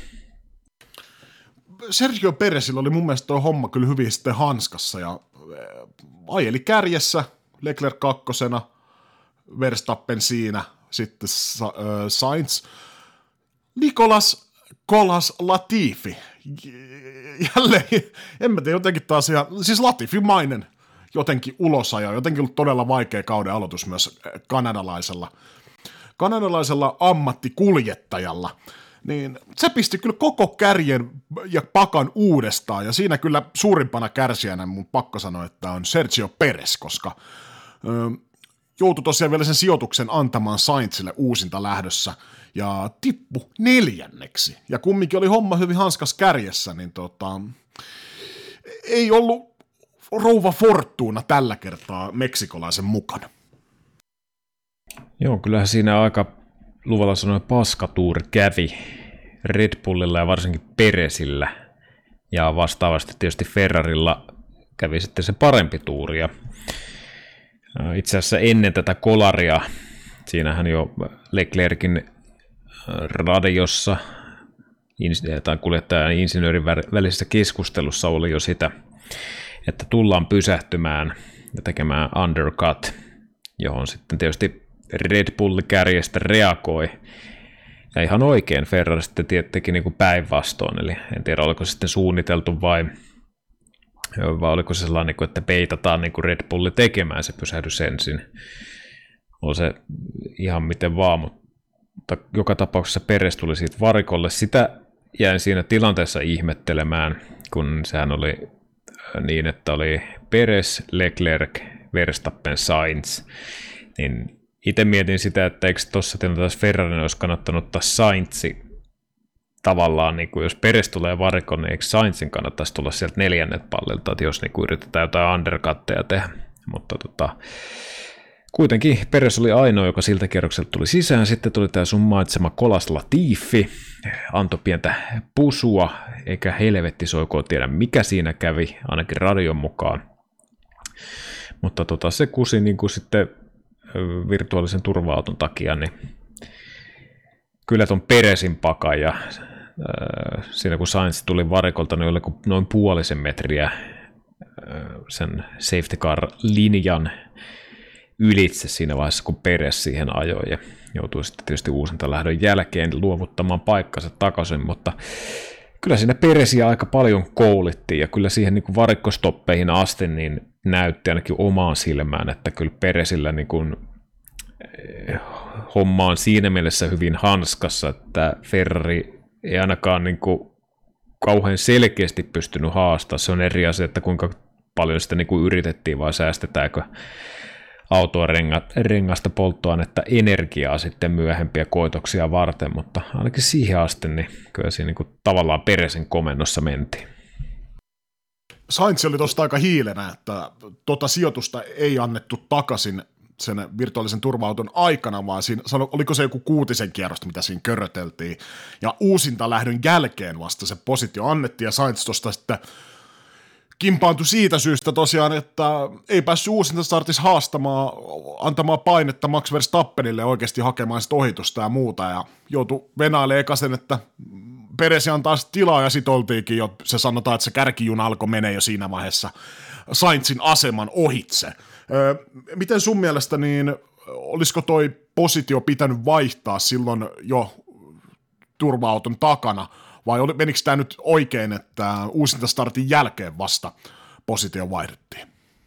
Sergio Perezillä oli mun mielestä tuo homma kyllä hyvin sitten hanskassa ja ajeli kärjessä, Leclerc kakkosena, Verstappen siinä, sitten Sainz, Nicolas Kolas Latifi, jälleen, en mä tiedä, jotenkin taas ihan, siis Latifi-mainen jotenkin ulosajo, jotenkin ollut todella vaikea kauden aloitus myös kanadalaisella, kanadalaisella ammattikuljettajalla, niin se pisti kyllä koko kärjen ja pakan uudestaan, ja siinä kyllä suurimpana kärsijänä mun pakko sanoa, että on Sergio Perez, koska ö, joutui tosiaan vielä sen sijoituksen antamaan Sainzille uusinta lähdössä, ja tippu neljänneksi, ja kumminkin oli homma hyvin hanskas kärjessä, niin tota, ei ollut rouva Fortuna tällä kertaa meksikolaisen mukana. Joo, kyllähän siinä aika luvalla sanoen paskatuuri kävi. Red Bullilla ja varsinkin Perezillä, ja vastaavasti tietysti Ferrarilla kävi sitten se parempi tuuri. Ja itse asiassa ennen tätä kolaria, siinähän jo Leclerkin radiossa tai kuljettajan ja insinöörin välisessä keskustelussa oli jo sitä, että tullaan pysähtymään ja tekemään undercut, johon sitten tietysti Red Bull kärjestä reagoi. Ja ihan oikein Ferrari sitten teki niin kuin päinvastoin, eli en tiedä oliko se sitten suunniteltu vai, vai oliko se sellainen, että peitataan niin kuin Red Bulli tekemään se pysähdys ensin. On se ihan miten vaan, mutta joka tapauksessa Perez tuli siitä varikolle. Sitä jäin siinä tilanteessa ihmettelemään, kun sehän oli niin, että oli Perez, Leclerc, Verstappen, Sainz, niin itse mietin sitä, että eikö tuossa tilanteessa Ferrarin olisi kannattanut ottaa Sainzi tavallaan, niin kuin jos Perez tulee varikolle, niin eikö Sainzin kannattaisi tulla sieltä neljännet pallilta, että jos niin kuin yritetään jotain undercutteja tehdä, mutta tota, kuitenkin Perez oli ainoa, joka siltä kierrokselta tuli sisään. Sitten tuli tämä sun mainitsema Colas Latifi, antoi pientä pusua, eikä helvetti soikoon tiedä mikä siinä kävi, ainakin radion mukaan. Mutta tota, se kusi niin kuin sitten virtuaalisen turva-auton takia, niin kyllä ton Perezin pakan ja äh, siinä kun Sainz tuli varikolta, niin oli noin puolisen metriä äh, sen safety car-linjan ylitse siinä vaiheessa, kun Perez siihen ajoi ja joutui sitten tietysti uusintalähdön jälkeen luovuttamaan paikkansa takaisin, mutta kyllä siinä Perezia aika paljon koulittiin ja kyllä siihen niin kuin varikkostoppeihin asti niin näytti ainakin omaan silmään, että kyllä Perezillä niin kuin homma on siinä mielessä hyvin hanskassa, että Ferrari ei ainakaan niin kuin kauhean selkeästi pystynyt haastamaan. Se on eri asia, että kuinka paljon sitä niin kuin yritettiin vai säästetäänkö autoa rengasta polttoainetta energiaa sitten myöhempiä koitoksia varten, mutta ainakin siihen asti niin kyllä siinä niin kuin tavallaan Perezin komennossa mentiin. Sainz oli tuosta aika hiilenä, että tota sijoitusta ei annettu takaisin sen virtuaalisen turva-auton aikana, vaan siinä, oliko se joku kuutisen kierrosta, mitä siinä köröteltiin, ja uusinta lähdön jälkeen vasta se positio annettiin, ja Sainz tuosta sitten kimpaantui siitä syystä tosiaan, että ei päässyt uusinta startissa haastamaan, antamaan painetta Max Verstappenille oikeasti hakemaan sitä ohitusta ja muuta, ja joutui venailemaan eka sen, että Perez antaa tilaa, ja sitten oltiinkin jo, se sanotaan, että se kärkijuna alkoi menee jo siinä vaiheessa Sainzin aseman ohitse. Öö, miten sun mielestä, niin olisiko toi positio pitänyt vaihtaa silloin jo turva-auton takana, vai menikö tämä nyt oikein, että uusinta startin jälkeen vasta positio vaihdettiin?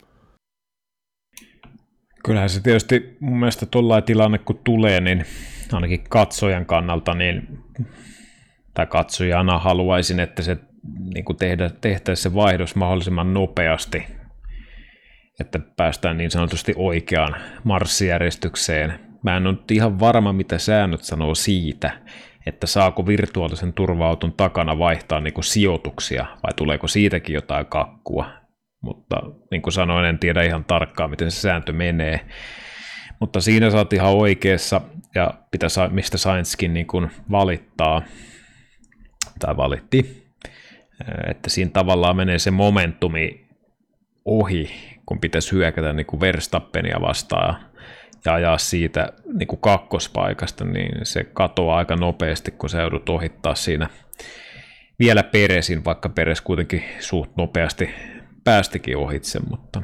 Kyllähän se tietysti mun mielestä tuollainen tilanne kun tulee, niin ainakin katsojan kannalta, niin tai katsojana haluaisin, että se niin kuin tehdä, tehtäisiin se vaihdos mahdollisimman nopeasti, että päästään niin sanotusti oikeaan marssijärjestykseen. Mä en ole ihan varma, mitä säännöt sanoo siitä, että saako virtuaalisen turva-auton takana vaihtaa niin kuin sijoituksia, vai tuleeko siitäkin jotain kakkua. Mutta niin kuin sanoin, en tiedä ihan tarkkaan, miten se sääntö menee. Mutta siinä sä oot ihan oikeassa, ja pitäisi, mistä Sainzkin niin kuin valittaa, tai valitti, että siinä tavallaan menee se momentumi ohi, kun pitäisi hyökätä niin kuin Verstappenia vastaan ja ajaa siitä niin kuin kakkospaikasta, niin se katoaa aika nopeasti, kun sä joudut ohittaa siinä vielä Perezin, vaikka Perez kuitenkin suht nopeasti päästikin ohitse, mutta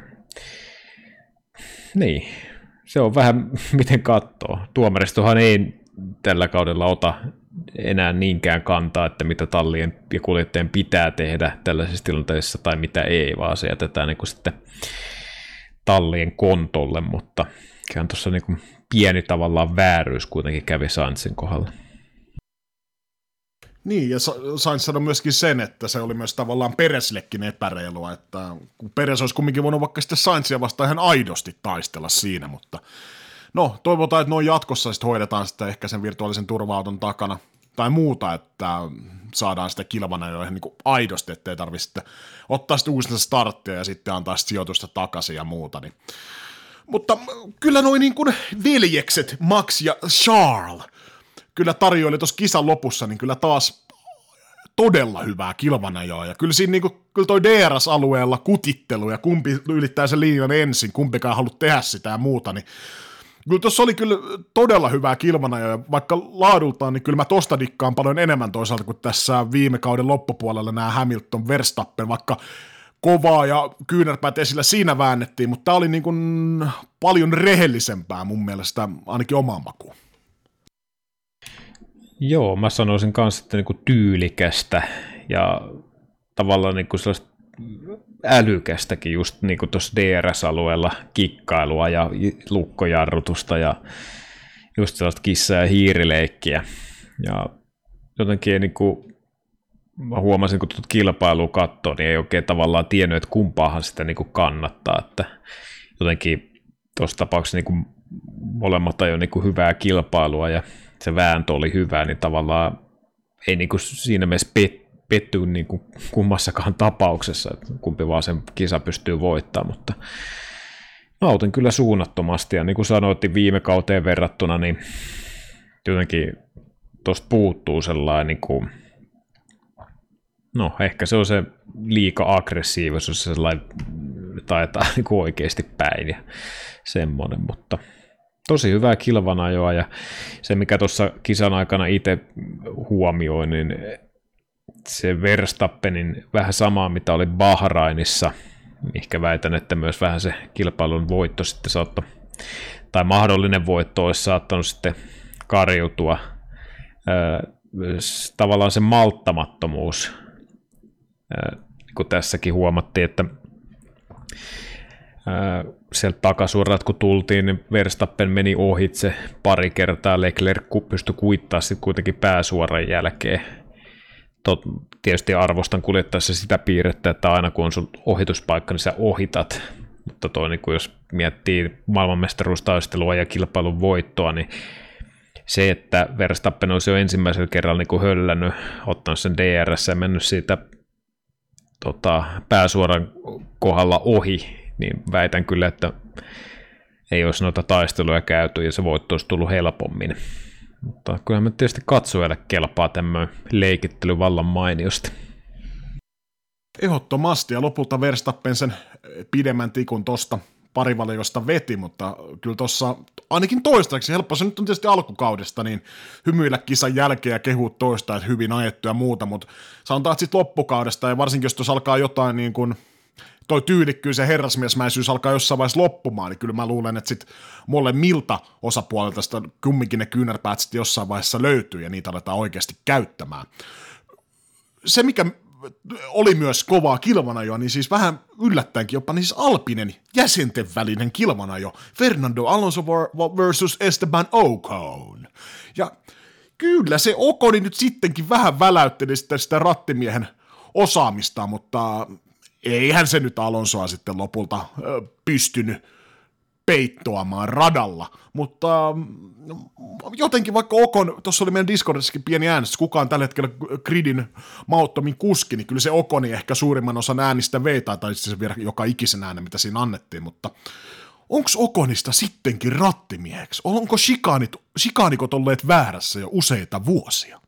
niin, se on vähän miten katsoo. Tuomaristohan ei tällä kaudella ota enää niinkään kantaa, että mitä tallien ja kuljettajien pitää tehdä tällaisissa tilanteissa tai mitä ei, vaan se jätetään niin kuin sitten tallien kontolle, mutta kyllähän tuossa niin kuin pieni tavallaan vääryys kuitenkin kävi Sainzin kohdalla. Niin, ja Sainz sanoi myöskin sen, että se oli myös tavallaan Perezillekin epäreilua, että kun Perez olisi kumminkin voinut vaikka sitten Sainzia vastaan ihan aidosti taistella siinä, mutta no, toivotaan, että noin jatkossa sitten hoidetaan sitten ehkä sen virtuaalisen turva-auton takana tai muuta, että saadaan sitä kilvana jo ihan niin kuin aidosti, ettei tarvitse sitten ottaa sitten uusinta starttia ja sitten antaa sitten sijoitusta takaisin ja muuta. Niin. Mutta kyllä noin niin kuin veljekset Max ja Charles, kyllä tarjoili tuossa kisan lopussa, niin kyllä taas todella hyvää kilvanajoa, ja kyllä siinä niinku, kyllä toi D R S-alueella kutittelu, ja kumpi ylittää sen linjan ensin, kumpikaan halua tehdä sitä ja muuta, niin kyllä tuossa oli kyllä todella hyvää kilvanajoa, ja vaikka laadultaan, niin kyllä mä tosta dikkaan paljon enemmän toisaalta kuin tässä viime kauden loppupuolella nämä Hamilton Verstappen, vaikka kovaa ja kyynärpäät esillä siinä väännettiin, mutta tämä oli niin kuin paljon rehellisempää mun mielestä, ainakin omaan makuun. Joo, mä sanoisin kanssa, että niinku tyylikästä ja tavallaan niinku sellaista älykästäkin just niinku tuossa D R S-alueella kikkailua ja lukkojarrutusta ja just sellaista kissa- ja hiirileikkiä. Ja jotenkin niinku, mä huomasin, kun tuota kilpailua katsoo, niin ei oikein tavallaan tiennyt, että kumpaahan sitä niinku kannattaa. Että jotenkin tuossa tapauksessa niinku molemmat ajoi niinku hyvää kilpailua ja se vääntö oli hyvä, niin tavallaan ei niinku siinä mielessä pet, petty niinku kummassakaan tapauksessa, että kumpi vaan sen kisa pystyy voittamaan, mutta nautin kyllä suunnattomasti, ja niin kuin sanoitin viime kauteen verrattuna, niin jotenkin tuosta puuttuu sellainen, niin kuin, no ehkä se on se liika aggressiivisuus, se sellainen taitaa niin kuin oikeasti päin ja semmoinen, mutta tosi hyvää kilvanajoa, ja se mikä tuossa kisan aikana itse huomioin, niin se Verstappenin vähän samaa, mitä oli Bahrainissa, ehkä väitän, että myös vähän se kilpailun voitto sitten saattoi, tai mahdollinen voitto olisi saattanut sitten karjutua. Tavallaan se malttamattomuus, kun tässäkin huomattiin, että sieltä takasuorat kun tultiin, niin Verstappen meni ohitse pari kertaa, Leclerc pystyi kuittamaan sitten kuitenkin pääsuoran jälkeen. Tot, tietysti arvostan kuljettaessa sitä piirrettä, että aina kun on sun ohituspaikka, niin sä ohitat, mutta toi, niin kun jos miettii maailmanmestaruustaistelua ja kilpailun voittoa, niin se, että Verstappen olisi jo ensimmäisellä kerralla niin höllännyt, ottanut sen D R S ja mennyt siitä tota, pääsuoran kohdalla ohi, niin väitän kyllä, että ei olisi noita taisteluja käyty ja se voitto olisi tullut helpommin. Mutta kyllähän me tietysti katsojalle kelpaa tämmöinen leikittely vallan mainiosti. Ehdottomasti, ja lopulta Verstappen sen pidemmän tikun tosta parivaliosta veti, mutta kyllä tuossa ainakin toistaiseksi, helppo se nyt on tietysti alkukaudesta, niin hymyillä kisan jälkeen ja kehuu toista, että hyvin ajettu ja muuta, mutta sanotaan, että sitten loppukaudesta, ja varsinkin jos tuossa alkaa jotain niin kuin toi tyylikkyys ja herrasmiesmäisyys alkaa jossain vaiheessa loppumaan, niin kyllä mä luulen, että sitten molemmilta osapuolelta sitä kumminkin ne kyynärpäät sitten jossain vaiheessa löytyy, ja niitä aletaan oikeasti käyttämään. Se, mikä oli myös kovaa kilvanajoa, niin siis vähän yllättäenkin jopa niin siis Alpinen jäsenten välinen kilvanajo, Fernando Alonso versus Esteban Ocon. Ja kyllä se Oconi nyt sittenkin vähän väläytteli sitä, sitä rattimiehen osaamista, mutta eihän se nyt Alonsoa sitten lopulta ö, pystynyt peittoamaan radalla, mutta jotenkin vaikka Ocon, tuossa oli meidän Discordissakin pieni äänestys, kukaan tällä hetkellä gridin mauttomin kuski, niin kyllä se Oconi ehkä suurimman osan äänistä vei, tai taisi se vielä joka ikisen äänen, mitä siinä annettiin, mutta onko Oconista sittenkin rattimieheksi? Onko shikaanit, shikaanikot olleet väärässä jo useita vuosia?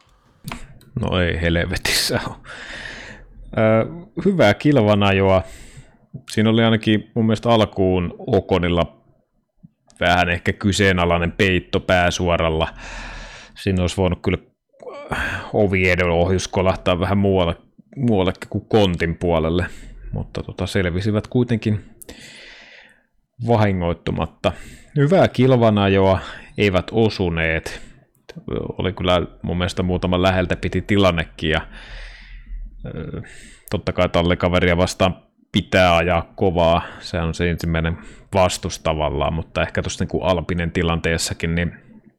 No ei helvetissä ole. Öö, hyvää kilvanajoa. Siinä oli ainakin mun mielestä alkuun Oconilla vähän ehkä kyseenalainen peitto pääsuoralla. Siinä olisi voinut kyllä Oviedo ohjus kolahtaa vähän muualle, muuallekin kuin kontin puolelle, mutta tota, selvisivät kuitenkin vahingoittumatta. Hyvää kilvanajoa, eivät osuneet. Oli kyllä mun mielestä muutama läheltä piti tilannekin, ja totta kai tallikaveria vastaan pitää ajaa kovaa, se on se ensimmäinen vastus tavallaan, mutta ehkä tuossa niin kuin Alpinen tilanteessakin, niin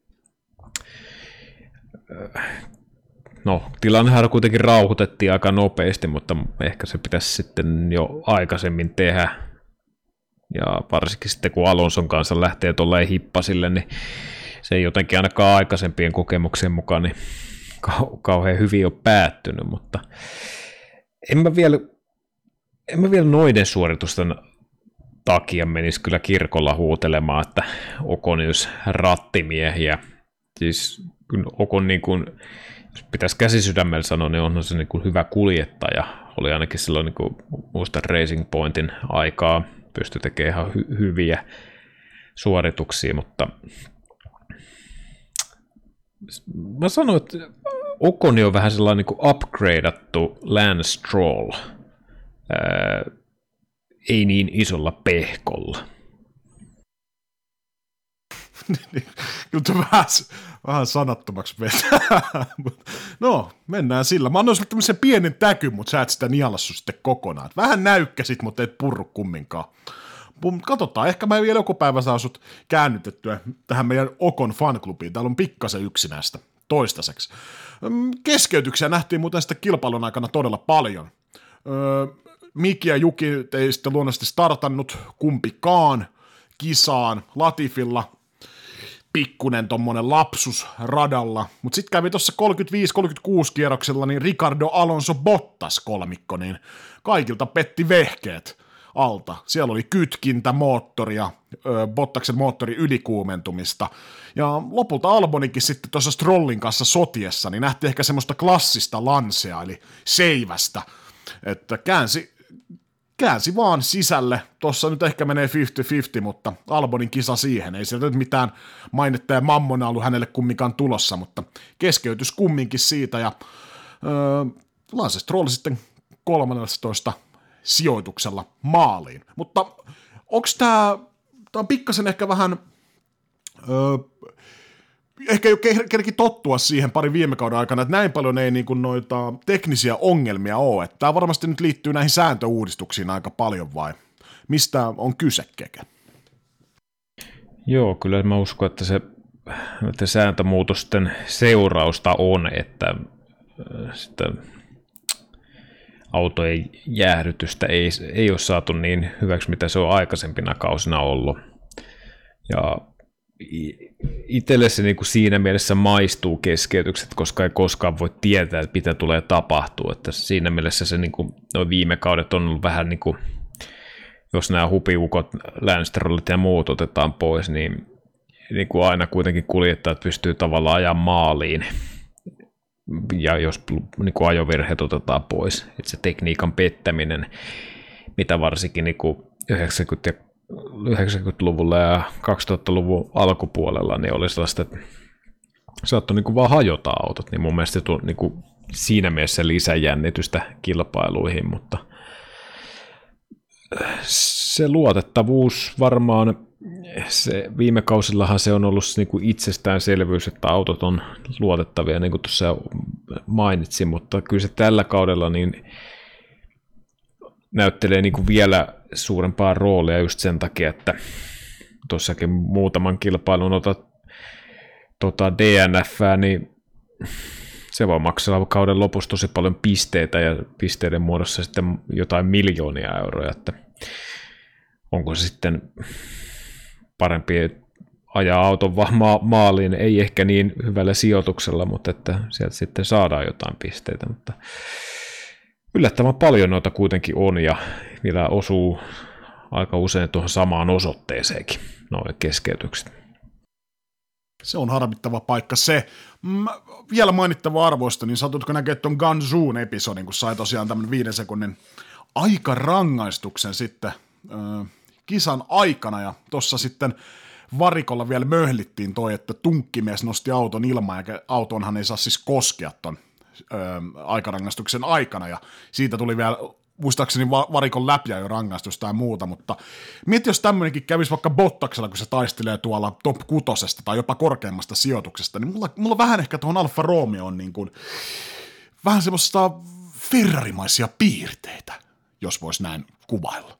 no, tilannehan kuitenkin rauhoitettiin aika nopeasti, mutta ehkä se pitäisi sitten jo aikaisemmin tehdä, ja varsinkin sitten kun Alonson kanssa lähtee tolleen hippasille, niin se ei jotenkin ainakaan aikaisempien kokemuksien mukaan niin kau- kauhean hyvin ole päättynyt, mutta en mä vielä En mä vielä noiden suoritusten takia menisi kyllä kirkolla huutelemaan, että Ocon olisi rattimiehiä. Siis kyllä Ocon, niin kuin, jos pitäisi käsisydämellä sanoa, niin onhan se niin kuin hyvä kuljettaja. Oli ainakin silloin, niin kuin, muistan Racing Pointin aikaa, pystyi tekemään ihan hy- hyviä suorituksia, mutta mä sanoin, että Ocon on vähän sellainen niin kuin upgradeattu Lance Stroll, Ää, ei niin isolla pehkolla. Kyllä tuo vähän, vähän sanattomaksi vetää. No, mennään sillä. Mä annoin sulle tämmöisen pienen täkyn, mutta sä et sitä nialassu sitten kokonaan. Vähän näykkäsit, mutta et purru kumminkaan. Katsotaan, ehkä mä vielä joku päivä saa sut käännytettyä tähän meidän Ocon fanklubiin. Täällä on pikkasen yksinäistä toistaiseksi. Keskeytyksiä nähtiin muuten sitten kilpailun aikana todella paljon. Miki ja Juki ei sitten luonnollisesti startannut kumpikaan kisaan Latifilla. Pikkunen tommonen lapsus radalla, mutta sitten kävi tuossa kolmekymmentäviisi kolmekymmentäkuusi kierroksella niin Ricardo Alonso Bottas kolmikko, niin kaikilta petti vehkeet alta. Siellä oli kytkintä, moottoria, Bottaksen moottori ylikuumentumista, ja lopulta Albonikin sitten tuossa Strollin kanssa sotiessa, niin nähtiin ehkä semmoista klassista lansea, eli seivästä, että käänsi, käänsi vaan sisälle, tuossa nyt ehkä menee viisikymmentä viisikymmentä, mutta Albonin kisa siihen, ei sieltä nyt mitään mainetta ja mammona ollut hänelle kumminkaan tulossa, mutta keskeytys kumminkin siitä, ja öö, Lance Stroll sitten kolmannellatoista sijoituksella maaliin. Mutta onko tämä, tämä on pikkasen ehkä vähän, öö, ehkä jo kerki tottua siihen pari viime kauden aikana, että näin paljon ei niin kuin noita teknisiä ongelmia ole. Että tämä varmasti nyt liittyy näihin sääntöuudistuksiin aika paljon, vai mistä on kyse, Keke? Joo, kyllä mä uskon, että se että sääntömuutosten seurausta on, että sitten autojen jäähdytystä ei, ei ole saatu niin hyväksi, mitä se on aikaisempina kausina ollut. Ja itselle se niin kuin siinä mielessä maistuu keskeytykset, koska ei koskaan voi tietää, että mitä tulee tapahtua. Että siinä mielessä se niin kuin, nuo viime kaudet on ollut vähän niin kuin, jos nämä hupiukot, Länsterollit ja muut otetaan pois, niin, niin kuin aina kuitenkin kuljettajat pystyy tavallaan ajan maaliin. Ja jos niin kuin ajovirheet otetaan pois, että se tekniikan pettäminen, mitä varsinkin niin kuin yhdeksänkymmentä- ja yhdeksänkymmentäluvulla ja kaksituhattaluvun alkupuolella niin oli sellaista, että saattoi niin kuin vaan hajota autot, niin mun mielestä se tuli niin kuin siinä mielessä lisäjännitystä kilpailuihin, mutta se luotettavuus varmaan, se, viime kausillahan se on ollut niin kuin itsestäänselvyys, että autot on luotettavia, niin kuin tuossa mainitsin, mutta kyllä se tällä kaudella niin näyttelee niin kuin vielä suurempaa roolia just sen takia, että tuossakin muutaman kilpailun otat tota D N F:ää, niin se voi maksaa kauden lopussa tosi paljon pisteitä ja pisteiden muodossa sitten jotain miljoonia euroja, että onko se sitten parempi ajaa auton vaan ma- maaliin, ei ehkä niin hyvällä sijoituksella, mutta että sieltä sitten saadaan jotain pisteitä, mutta yllättävän paljon noita kuitenkin on ja vielä osuu aika usein tuohon samaan osoitteeseenkin noin keskeytykset. Se on harmittava paikka se. Mm, vielä mainittava arvoista, niin satutko näkee tuon Ganzoon episodin, kun sai tosiaan tämmöinen viiden sekunnin aikarangaistuksen sitten ö, kisan aikana, ja tuossa sitten varikolla vielä möhlittiin toi, että tunkkimies nosti auton ilmaan, ja autonhan ei saa siis koskea ton ö, aikarangaistuksen aikana, ja siitä tuli vielä muistaakseni varikon läpi jo rangaistusta ja muuta, mutta mieti, jos tämmöinenkin kävisi vaikka Bottaksella, kun se taistelee tuolla top kutosesta tai jopa korkeammasta sijoituksesta, niin mulla, mulla vähän ehkä tuohon Alfa Romeoon niin kuin, vähän semmoista Ferrarimaisia piirteitä, jos voisi näin kuvailla.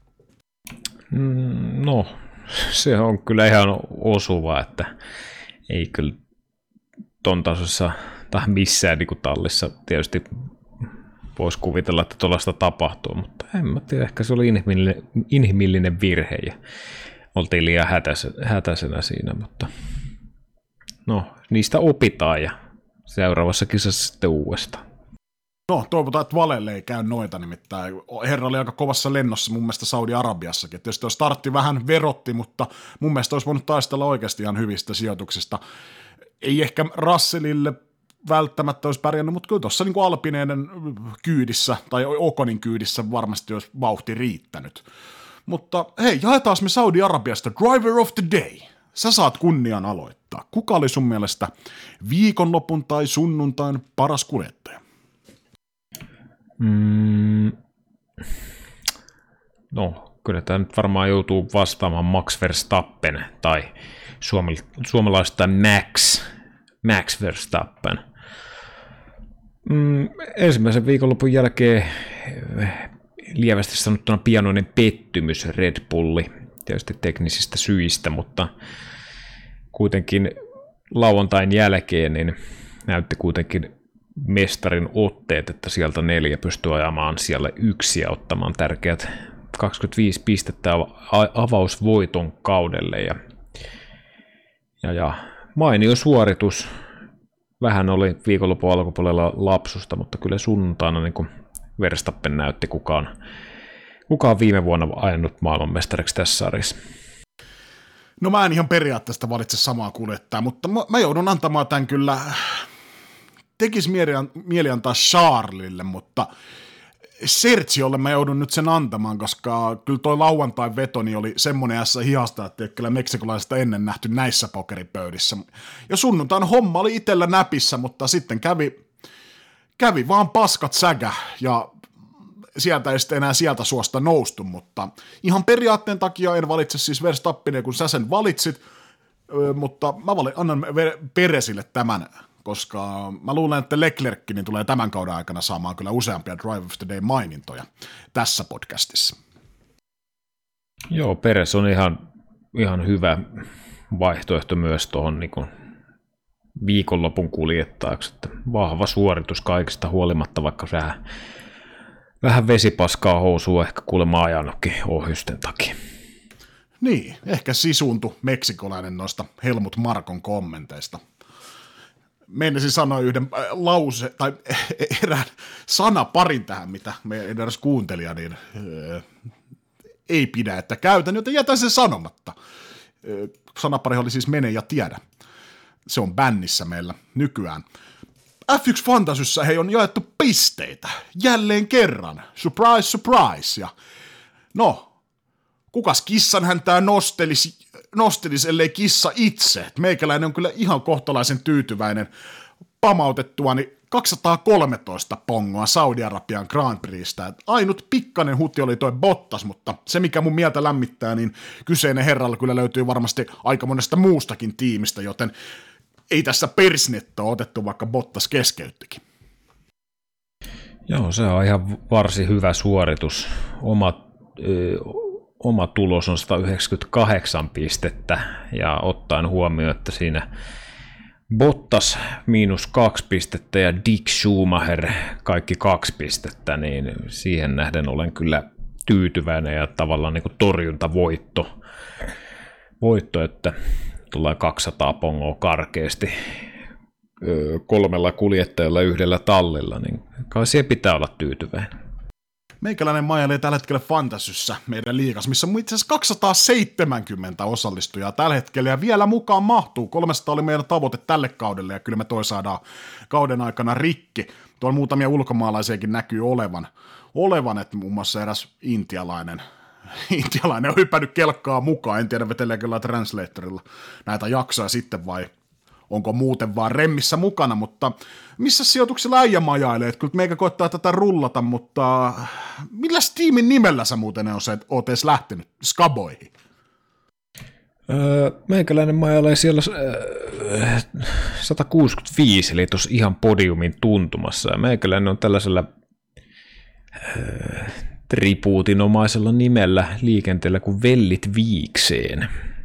Mm, no, se on kyllä ihan osuva, että ei kyllä ton tasossa tai missään niin kuin tallissa tietysti voisi kuvitella, että tuollaista tapahtuu, mutta en mä tiedä, ehkä se oli inhimillinen, inhimillinen virhe ja oltiin liian hätäisenä, hätäisenä siinä, mutta no, niistä opitaan ja seuraavassa kisassa sitten uudestaan. No, toivotaan, että Valelle ei käy noita, nimittäin herra oli aika kovassa lennossa mun mielestä Saudi-Arabiassakin. Tietysti tuo startti vähän verotti, mutta mun mielestä olisi voinut taistella oikeasti ihan hyvistä sijoituksista. ei ehkä Russellille välttämättä olisi pärjännyt, mutta kyllä tuossa niin Alpineiden kyydissä tai Okonin kyydissä varmasti olisi vauhti riittänyt. Mutta hei, jaetaan me Saudi-Arabiasta Driver of the Day. Sä saat kunnian aloittaa. Kuka oli sun mielestä viikonlopun tai sunnuntain paras kuljettaja? Mm. No, kyllä tämä nyt varmaan joutuu vastaamaan Max Verstappen tai suomalaista Max, Max Verstappen. Mm, ensimmäisen viikonlopun jälkeen lievästi sanottuna pienoinen pettymys Red Bulli, tietysti teknisistä syistä, mutta kuitenkin lauantain jälkeen niin näytti kuitenkin mestarin otteet, että sieltä neljä pystyy ajamaan siellä yksi ja ottamaan tärkeät kaksikymmentäviisi pistettä avausvoiton kaudelle. Ja, ja, ja mainio suoritus. Vähän oli viikonlopun alkupuolella lapsusta, mutta kyllä sunnuntaina niin kuin Verstappen näytti kukaan, kukaan viime vuonna ajanut maailmanmestariksi tässä sarjassa. No mä en ihan periaatteesta valitse samaa kuljettajaa, mutta mä, mä joudun antamaan tämän kyllä, tekisi mieli, mieli antaa Charlesille, mutta Sergiolle mä joudun nyt sen antamaan, koska kyllä toi lauantain vetoni oli semmoinen ässä hihasta, että ei kyllä meksikolaisesta ennen nähty näissä pokeripöydissä. Ja sunnuntain homma oli itsellä näpissä, mutta sitten kävi, kävi vaan paskat säkä ja sieltä ei sitten enää sieltä suosta noustu, mutta ihan periaatteen takia en valitse siis Verstappinia, kun sä sen valitsit, mutta mä valin, annan Peresille tämän, koska mä luulen, että Leclerc niin tulee tämän kauden aikana saamaan kyllä useampia Drive of the Day mainintoja tässä podcastissa. Joo, Peres on ihan, ihan hyvä vaihtoehto myös tuohon niin viikonlopun kuljettajaksi, että vahva suoritus kaikista huolimatta, vaikka vähän, vähän vesipaskaa housua ehkä kuulemma ajanutkin ohjusten takia. Niin, ehkä sisuuntu meksikolainen noista Helmut Markon kommenteista. Meinasin sanoa yhden lause, tai erään sanaparin tähän, mitä meidän edes kuuntelija niin, äh, ei pidä, että käytän, joten jätän sen sanomatta. Äh, sanapari oli siis mene ja tiedä. Se on bännissä meillä nykyään. F yksi Fantasyssä hei on jaettu pisteitä. Jälleen kerran. Surprise, surprise. Ja no, kukas kissan häntää nostelisi, nostelisi, ellei kissa itse. Et meikäläinen on kyllä ihan kohtalaisen tyytyväinen pamautettuani kaksisataakolmetoista pongoa Saudi-Arabian Grand Prixstä. Et ainut pikkainen huti oli toi Bottas, mutta se mikä mun mieltä lämmittää, niin kyseinen herralla kyllä löytyy varmasti aika monesta muustakin tiimistä, joten ei tässä persnettoa otettu, vaikka Bottas keskeyttikin. Joo, se on ihan varsin hyvä suoritus. Oma, ö, oma tulos on sata yhdeksänkymmentäkahdeksan pistettä, ja ottaen huomioon, että siinä Bottas miinus kaksi pistettä ja Dick Schumacher kaikki kaksi pistettä, niin siihen nähden olen kyllä tyytyväinen ja tavallaan niin kuin torjuntavoitto, voitto, että tulee kaksisataa pongoa karkeasti kolmella kuljettajalla yhdellä tallilla, niin kai siihen pitää olla tyytyväinen. Meikäläinen majailee tällä hetkellä Fantasyssä meidän liigas, missä on itse asiassa kaksisataaseitsemänkymmentä osallistujaa tällä hetkellä, ja vielä mukaan mahtuu. kolmesataa oli meidän tavoite tälle kaudelle, ja kyllä me toi saadaan kauden aikana rikki. Tuolla muutamia ulkomaalaisiakin näkyy olevan, olevan että muun muassa eräs intialainen, intialainen on hypännyt kelkkaa mukaan, en tiedä veteleekö kyllä translatorilla näitä jaksoja sitten vai onko muuten vaan remmissä mukana, mutta missä sijoituksilla äijä majailee, että kyllä meikä koittaa tätä rullata, mutta millä tiimin nimellä sä muuten oot edes lähtenyt skaboihin? Öö, meikäläinen majailee siellä öö, sata kuusikymmentäviisi, eli tuossa ihan podiumin tuntumassa, ja meikäläinen on tällaisella öö, tribuutinomaisella nimellä liikenteellä kuin Vellit Viikseen.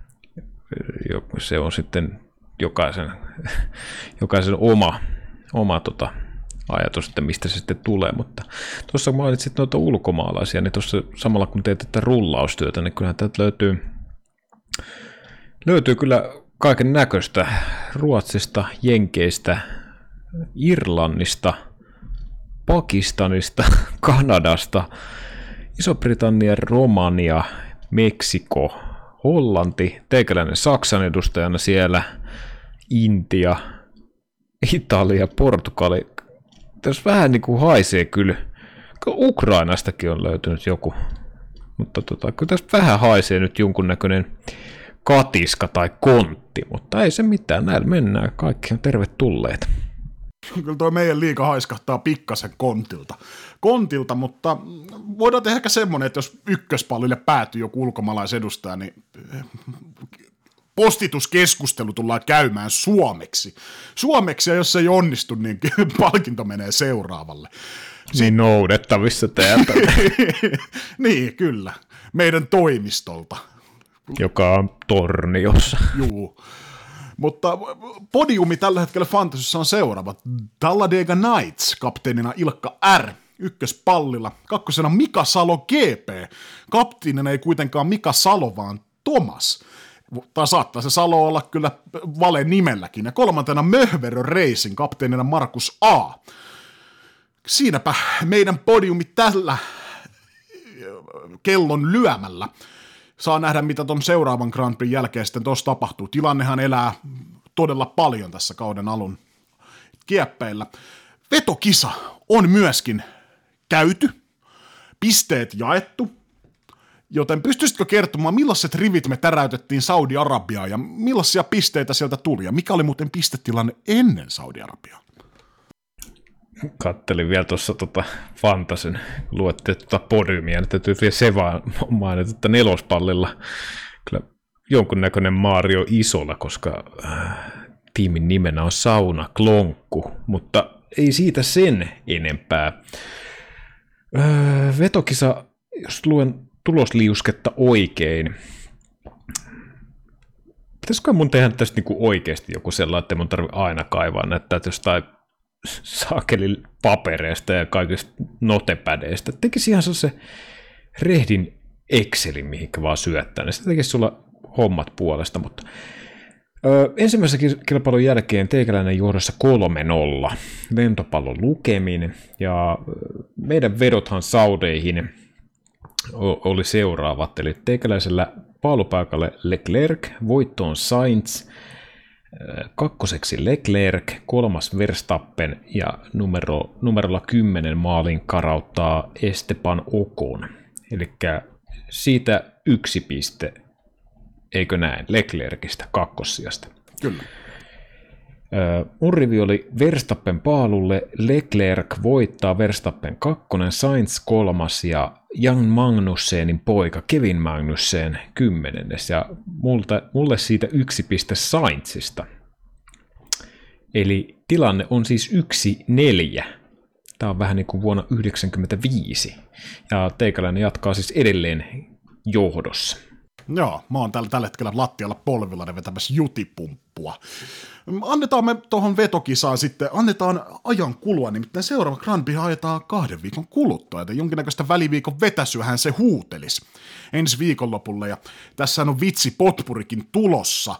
Se on sitten jokaisen, jokaisen oma, oma tota, ajatus, että mistä se sitten tulee, mutta tuossa kun mainitsit noita ulkomaalaisia, niin tuossa samalla kun teet tätä rullaustyötä, niin kyllähän täältä löytyy, löytyy kyllä kaiken näköistä Ruotsista, Jenkeistä, Irlannista, Pakistanista, Kanadasta, Iso-Britannia, Romania, Meksiko, Hollanti, teikäläinen Saksan edustajana siellä, Intia, Italia, Portugali. Tässä vähän niin kuin haisee kyllä. Ukrainastakin on löytynyt joku. Mutta tota, kyllä tässä vähän haisee nyt jonkunnäköinen katiska tai kontti, mutta ei se mitään, näillä mennään. Kaikki on tervetulleet. Kyllä tuo meidän liiga haiskahtaa pikkasen kontilta. Kontilta, mutta voidaan tehdä ehkä semmoinen, että jos ykköspallille päätyy joku ulkomaalaisedustaja, niin postituskeskustelu tullaan käymään suomeksi. Suomeksi, ja jos se ei onnistu, niin palkinto menee seuraavalle. Niin noudettavissa täältä. Niin, kyllä. Meidän toimistolta. Joka on Torniossa. Juu. Mutta podiumi tällä hetkellä Fantasyssä on seuraava. Talladega Nights, kapteenina Ilkka R. ykköspallilla. Kakkosena Mika Salo G P. Kapteenina ei kuitenkaan Mika Salo, vaan Thomas. Tai saattaa se Salo olla kyllä vale nimelläkin. Ja kolmantena Möhverö Racing, kapteenina Markus A. Siinäpä meidän podiumi tällä kellon lyömällä. Saa nähdä, mitä tuon seuraavan Grand Prix jälkeen sitten tuossa tapahtuu. Tilannehan elää todella paljon tässä kauden alun kieppeillä. Vetokisa on myöskin käyty, pisteet jaettu, joten pystyisitkö kertomaan, millaiset rivit me täräytettiin Saudi-Arabiaan ja millaisia pisteitä sieltä tuli ja mikä oli muuten pistetilanne ennen Saudi-Arabiaa? Kattelin vielä tuossa tota Fantasen, luettiin tuota podiumia, niin täytyy vielä se vaan mainita, että nelospallilla kyllä jonkunnäköinen Mario Isola, koska äh, tiimin nimenä on Sauna Klonkku, mutta ei siitä sen enempää. Öö, vetokisa, jos luen tulosliusketta oikein, pitäisikö mun tehdä tästä niinku oikeasti joku sellainen, että mun tarvitse aina kaivaa näyttää jostain saakelin papereista ja kaikista notepädeistä. Tekisi ihan se rehdin Excelin, mihinkä vaan syöttää, niin se tekisi sulla hommat puolesta, mutta öö, ensimmäisen kilpailun jälkeen teikäläinen johdossa kolme nolla lentopallon lukemin, ja meidän vedothan Saudeihin oli seuraavat, eli teikäläisellä paalupaikalle Leclerc, voittoon Sainz, kakkoseksi Leclerc, kolmas Verstappen ja numero, numerolla kymmenen maalin karauttaa Esteban Ocon. Eli siitä yksi piste, eikö näin, Leclercistä kakkossijasta. Kyllä. Mun rivi oli Verstappen paalulle, Leclerc voittaa, Verstappen kakkonen, Sainz kolmas ja Jan Magnussenin poika Kevin Magnussen kymmenennes ja multa, mulle siitä yksi piste Sainzista. Eli tilanne on siis yksi neljä. Tämä on vähän niin kuin vuonna yhdeksänkymmentäviisi ja teikäläinen jatkaa siis edelleen johdossa. Joo, mä oon tällä, tällä hetkellä lattialla polvilla ne vetämässä jutipumppua. Annetaan me tuohon vetokisaan sitten, annetaan ajan kulua, nimittäin seuraava Grand Prix ajetaan kahden viikon kuluttua, joten jonkinnäköistä väliviikon vetäsyähän se huutelisi ensi viikonlopulle, ja tässä on vitsi potpurikin tulossa.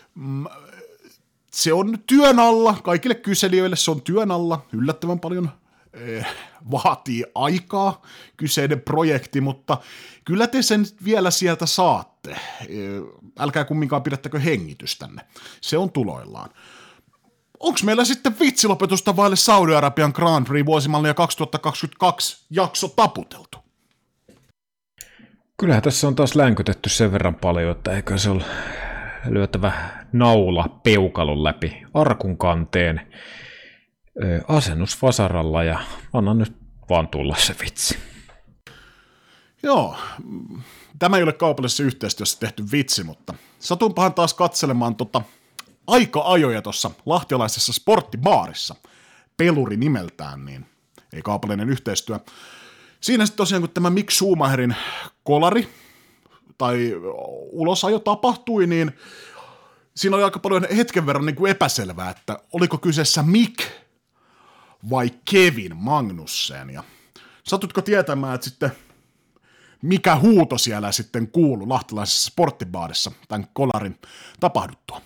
Se on työn alla, kaikille kyselijöille se on työn alla, yllättävän paljon eh, vaatii aikaa kyseinen projekti, mutta kyllä te sen vielä sieltä saatte. Älkää kumminkaan pidättäkö hengitystänne. Se on tuloillaan. Onko meillä sitten vitsilopetusta vaille Saudi-Arabian Grand Prix vuosimallia kaksituhattakaksikymmentäkaksi jakso taputeltu? Kyllähän tässä on taas länkötetty sen verran paljon, että eikö se ole lyötävä naula peukalon läpi arkun kanteen asennusvasaralla ja anna nyt vaan tulla se vitsi. Joo, tämä ei ole kaupallisessa yhteistyössä tehty vitsi, mutta satunpahan taas katselemaan tota aika-ajoja tuossa lahtialaisessa sporttibaarissa, peluri nimeltään, niin ei kaupallinen yhteistyö. Siinä sitten tosiaan, kun tämä Mick Schumacherin kolari tai ulosajo tapahtui, niin siinä oli aika paljon hetken verran niin kuin epäselvää, että oliko kyseessä Mick vai Kevin Magnussen. Ja satutko tietämään, että sitten mikä huuto siellä sitten kuului lahtilaisessa sporttibaarissa tämän kolarin tapahduttua?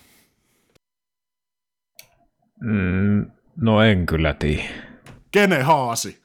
Mm, no en kyllä tiedä. Kene haasi?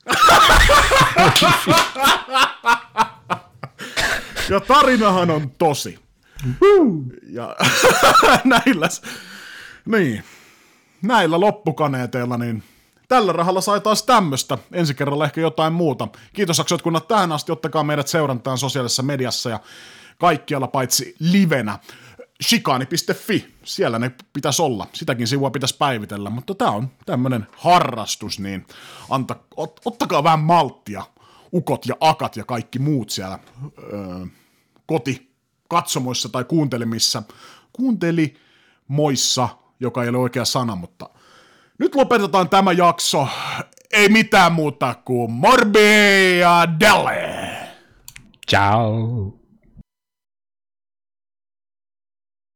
Ja tarinahan on tosi. Ja näillä, Niin, näillä loppukaneeteilla, niin tällä rahalla sai taas tämmöstä, ensi kerralla ehkä jotain muuta. Kiitos, jaksoit kunnat tähän asti, ottakaa meidät seurantaan sosiaalisessa mediassa ja kaikkialla paitsi livenä. Shikaani piste fi, siellä ne pitäisi olla, sitäkin sivua pitäisi päivitellä, mutta tää on tämmönen harrastus, niin anta, ot, ottakaa vähän malttia, ukot ja akat ja kaikki muut siellä öö, kotikatsomoissa tai kuuntelimissa, kuuntelimoissa, joka ei ole oikea sana, mutta nyt lopetetaan tämä jakso, ei mitään muuta kuin Morbi ja Delle! Ciao!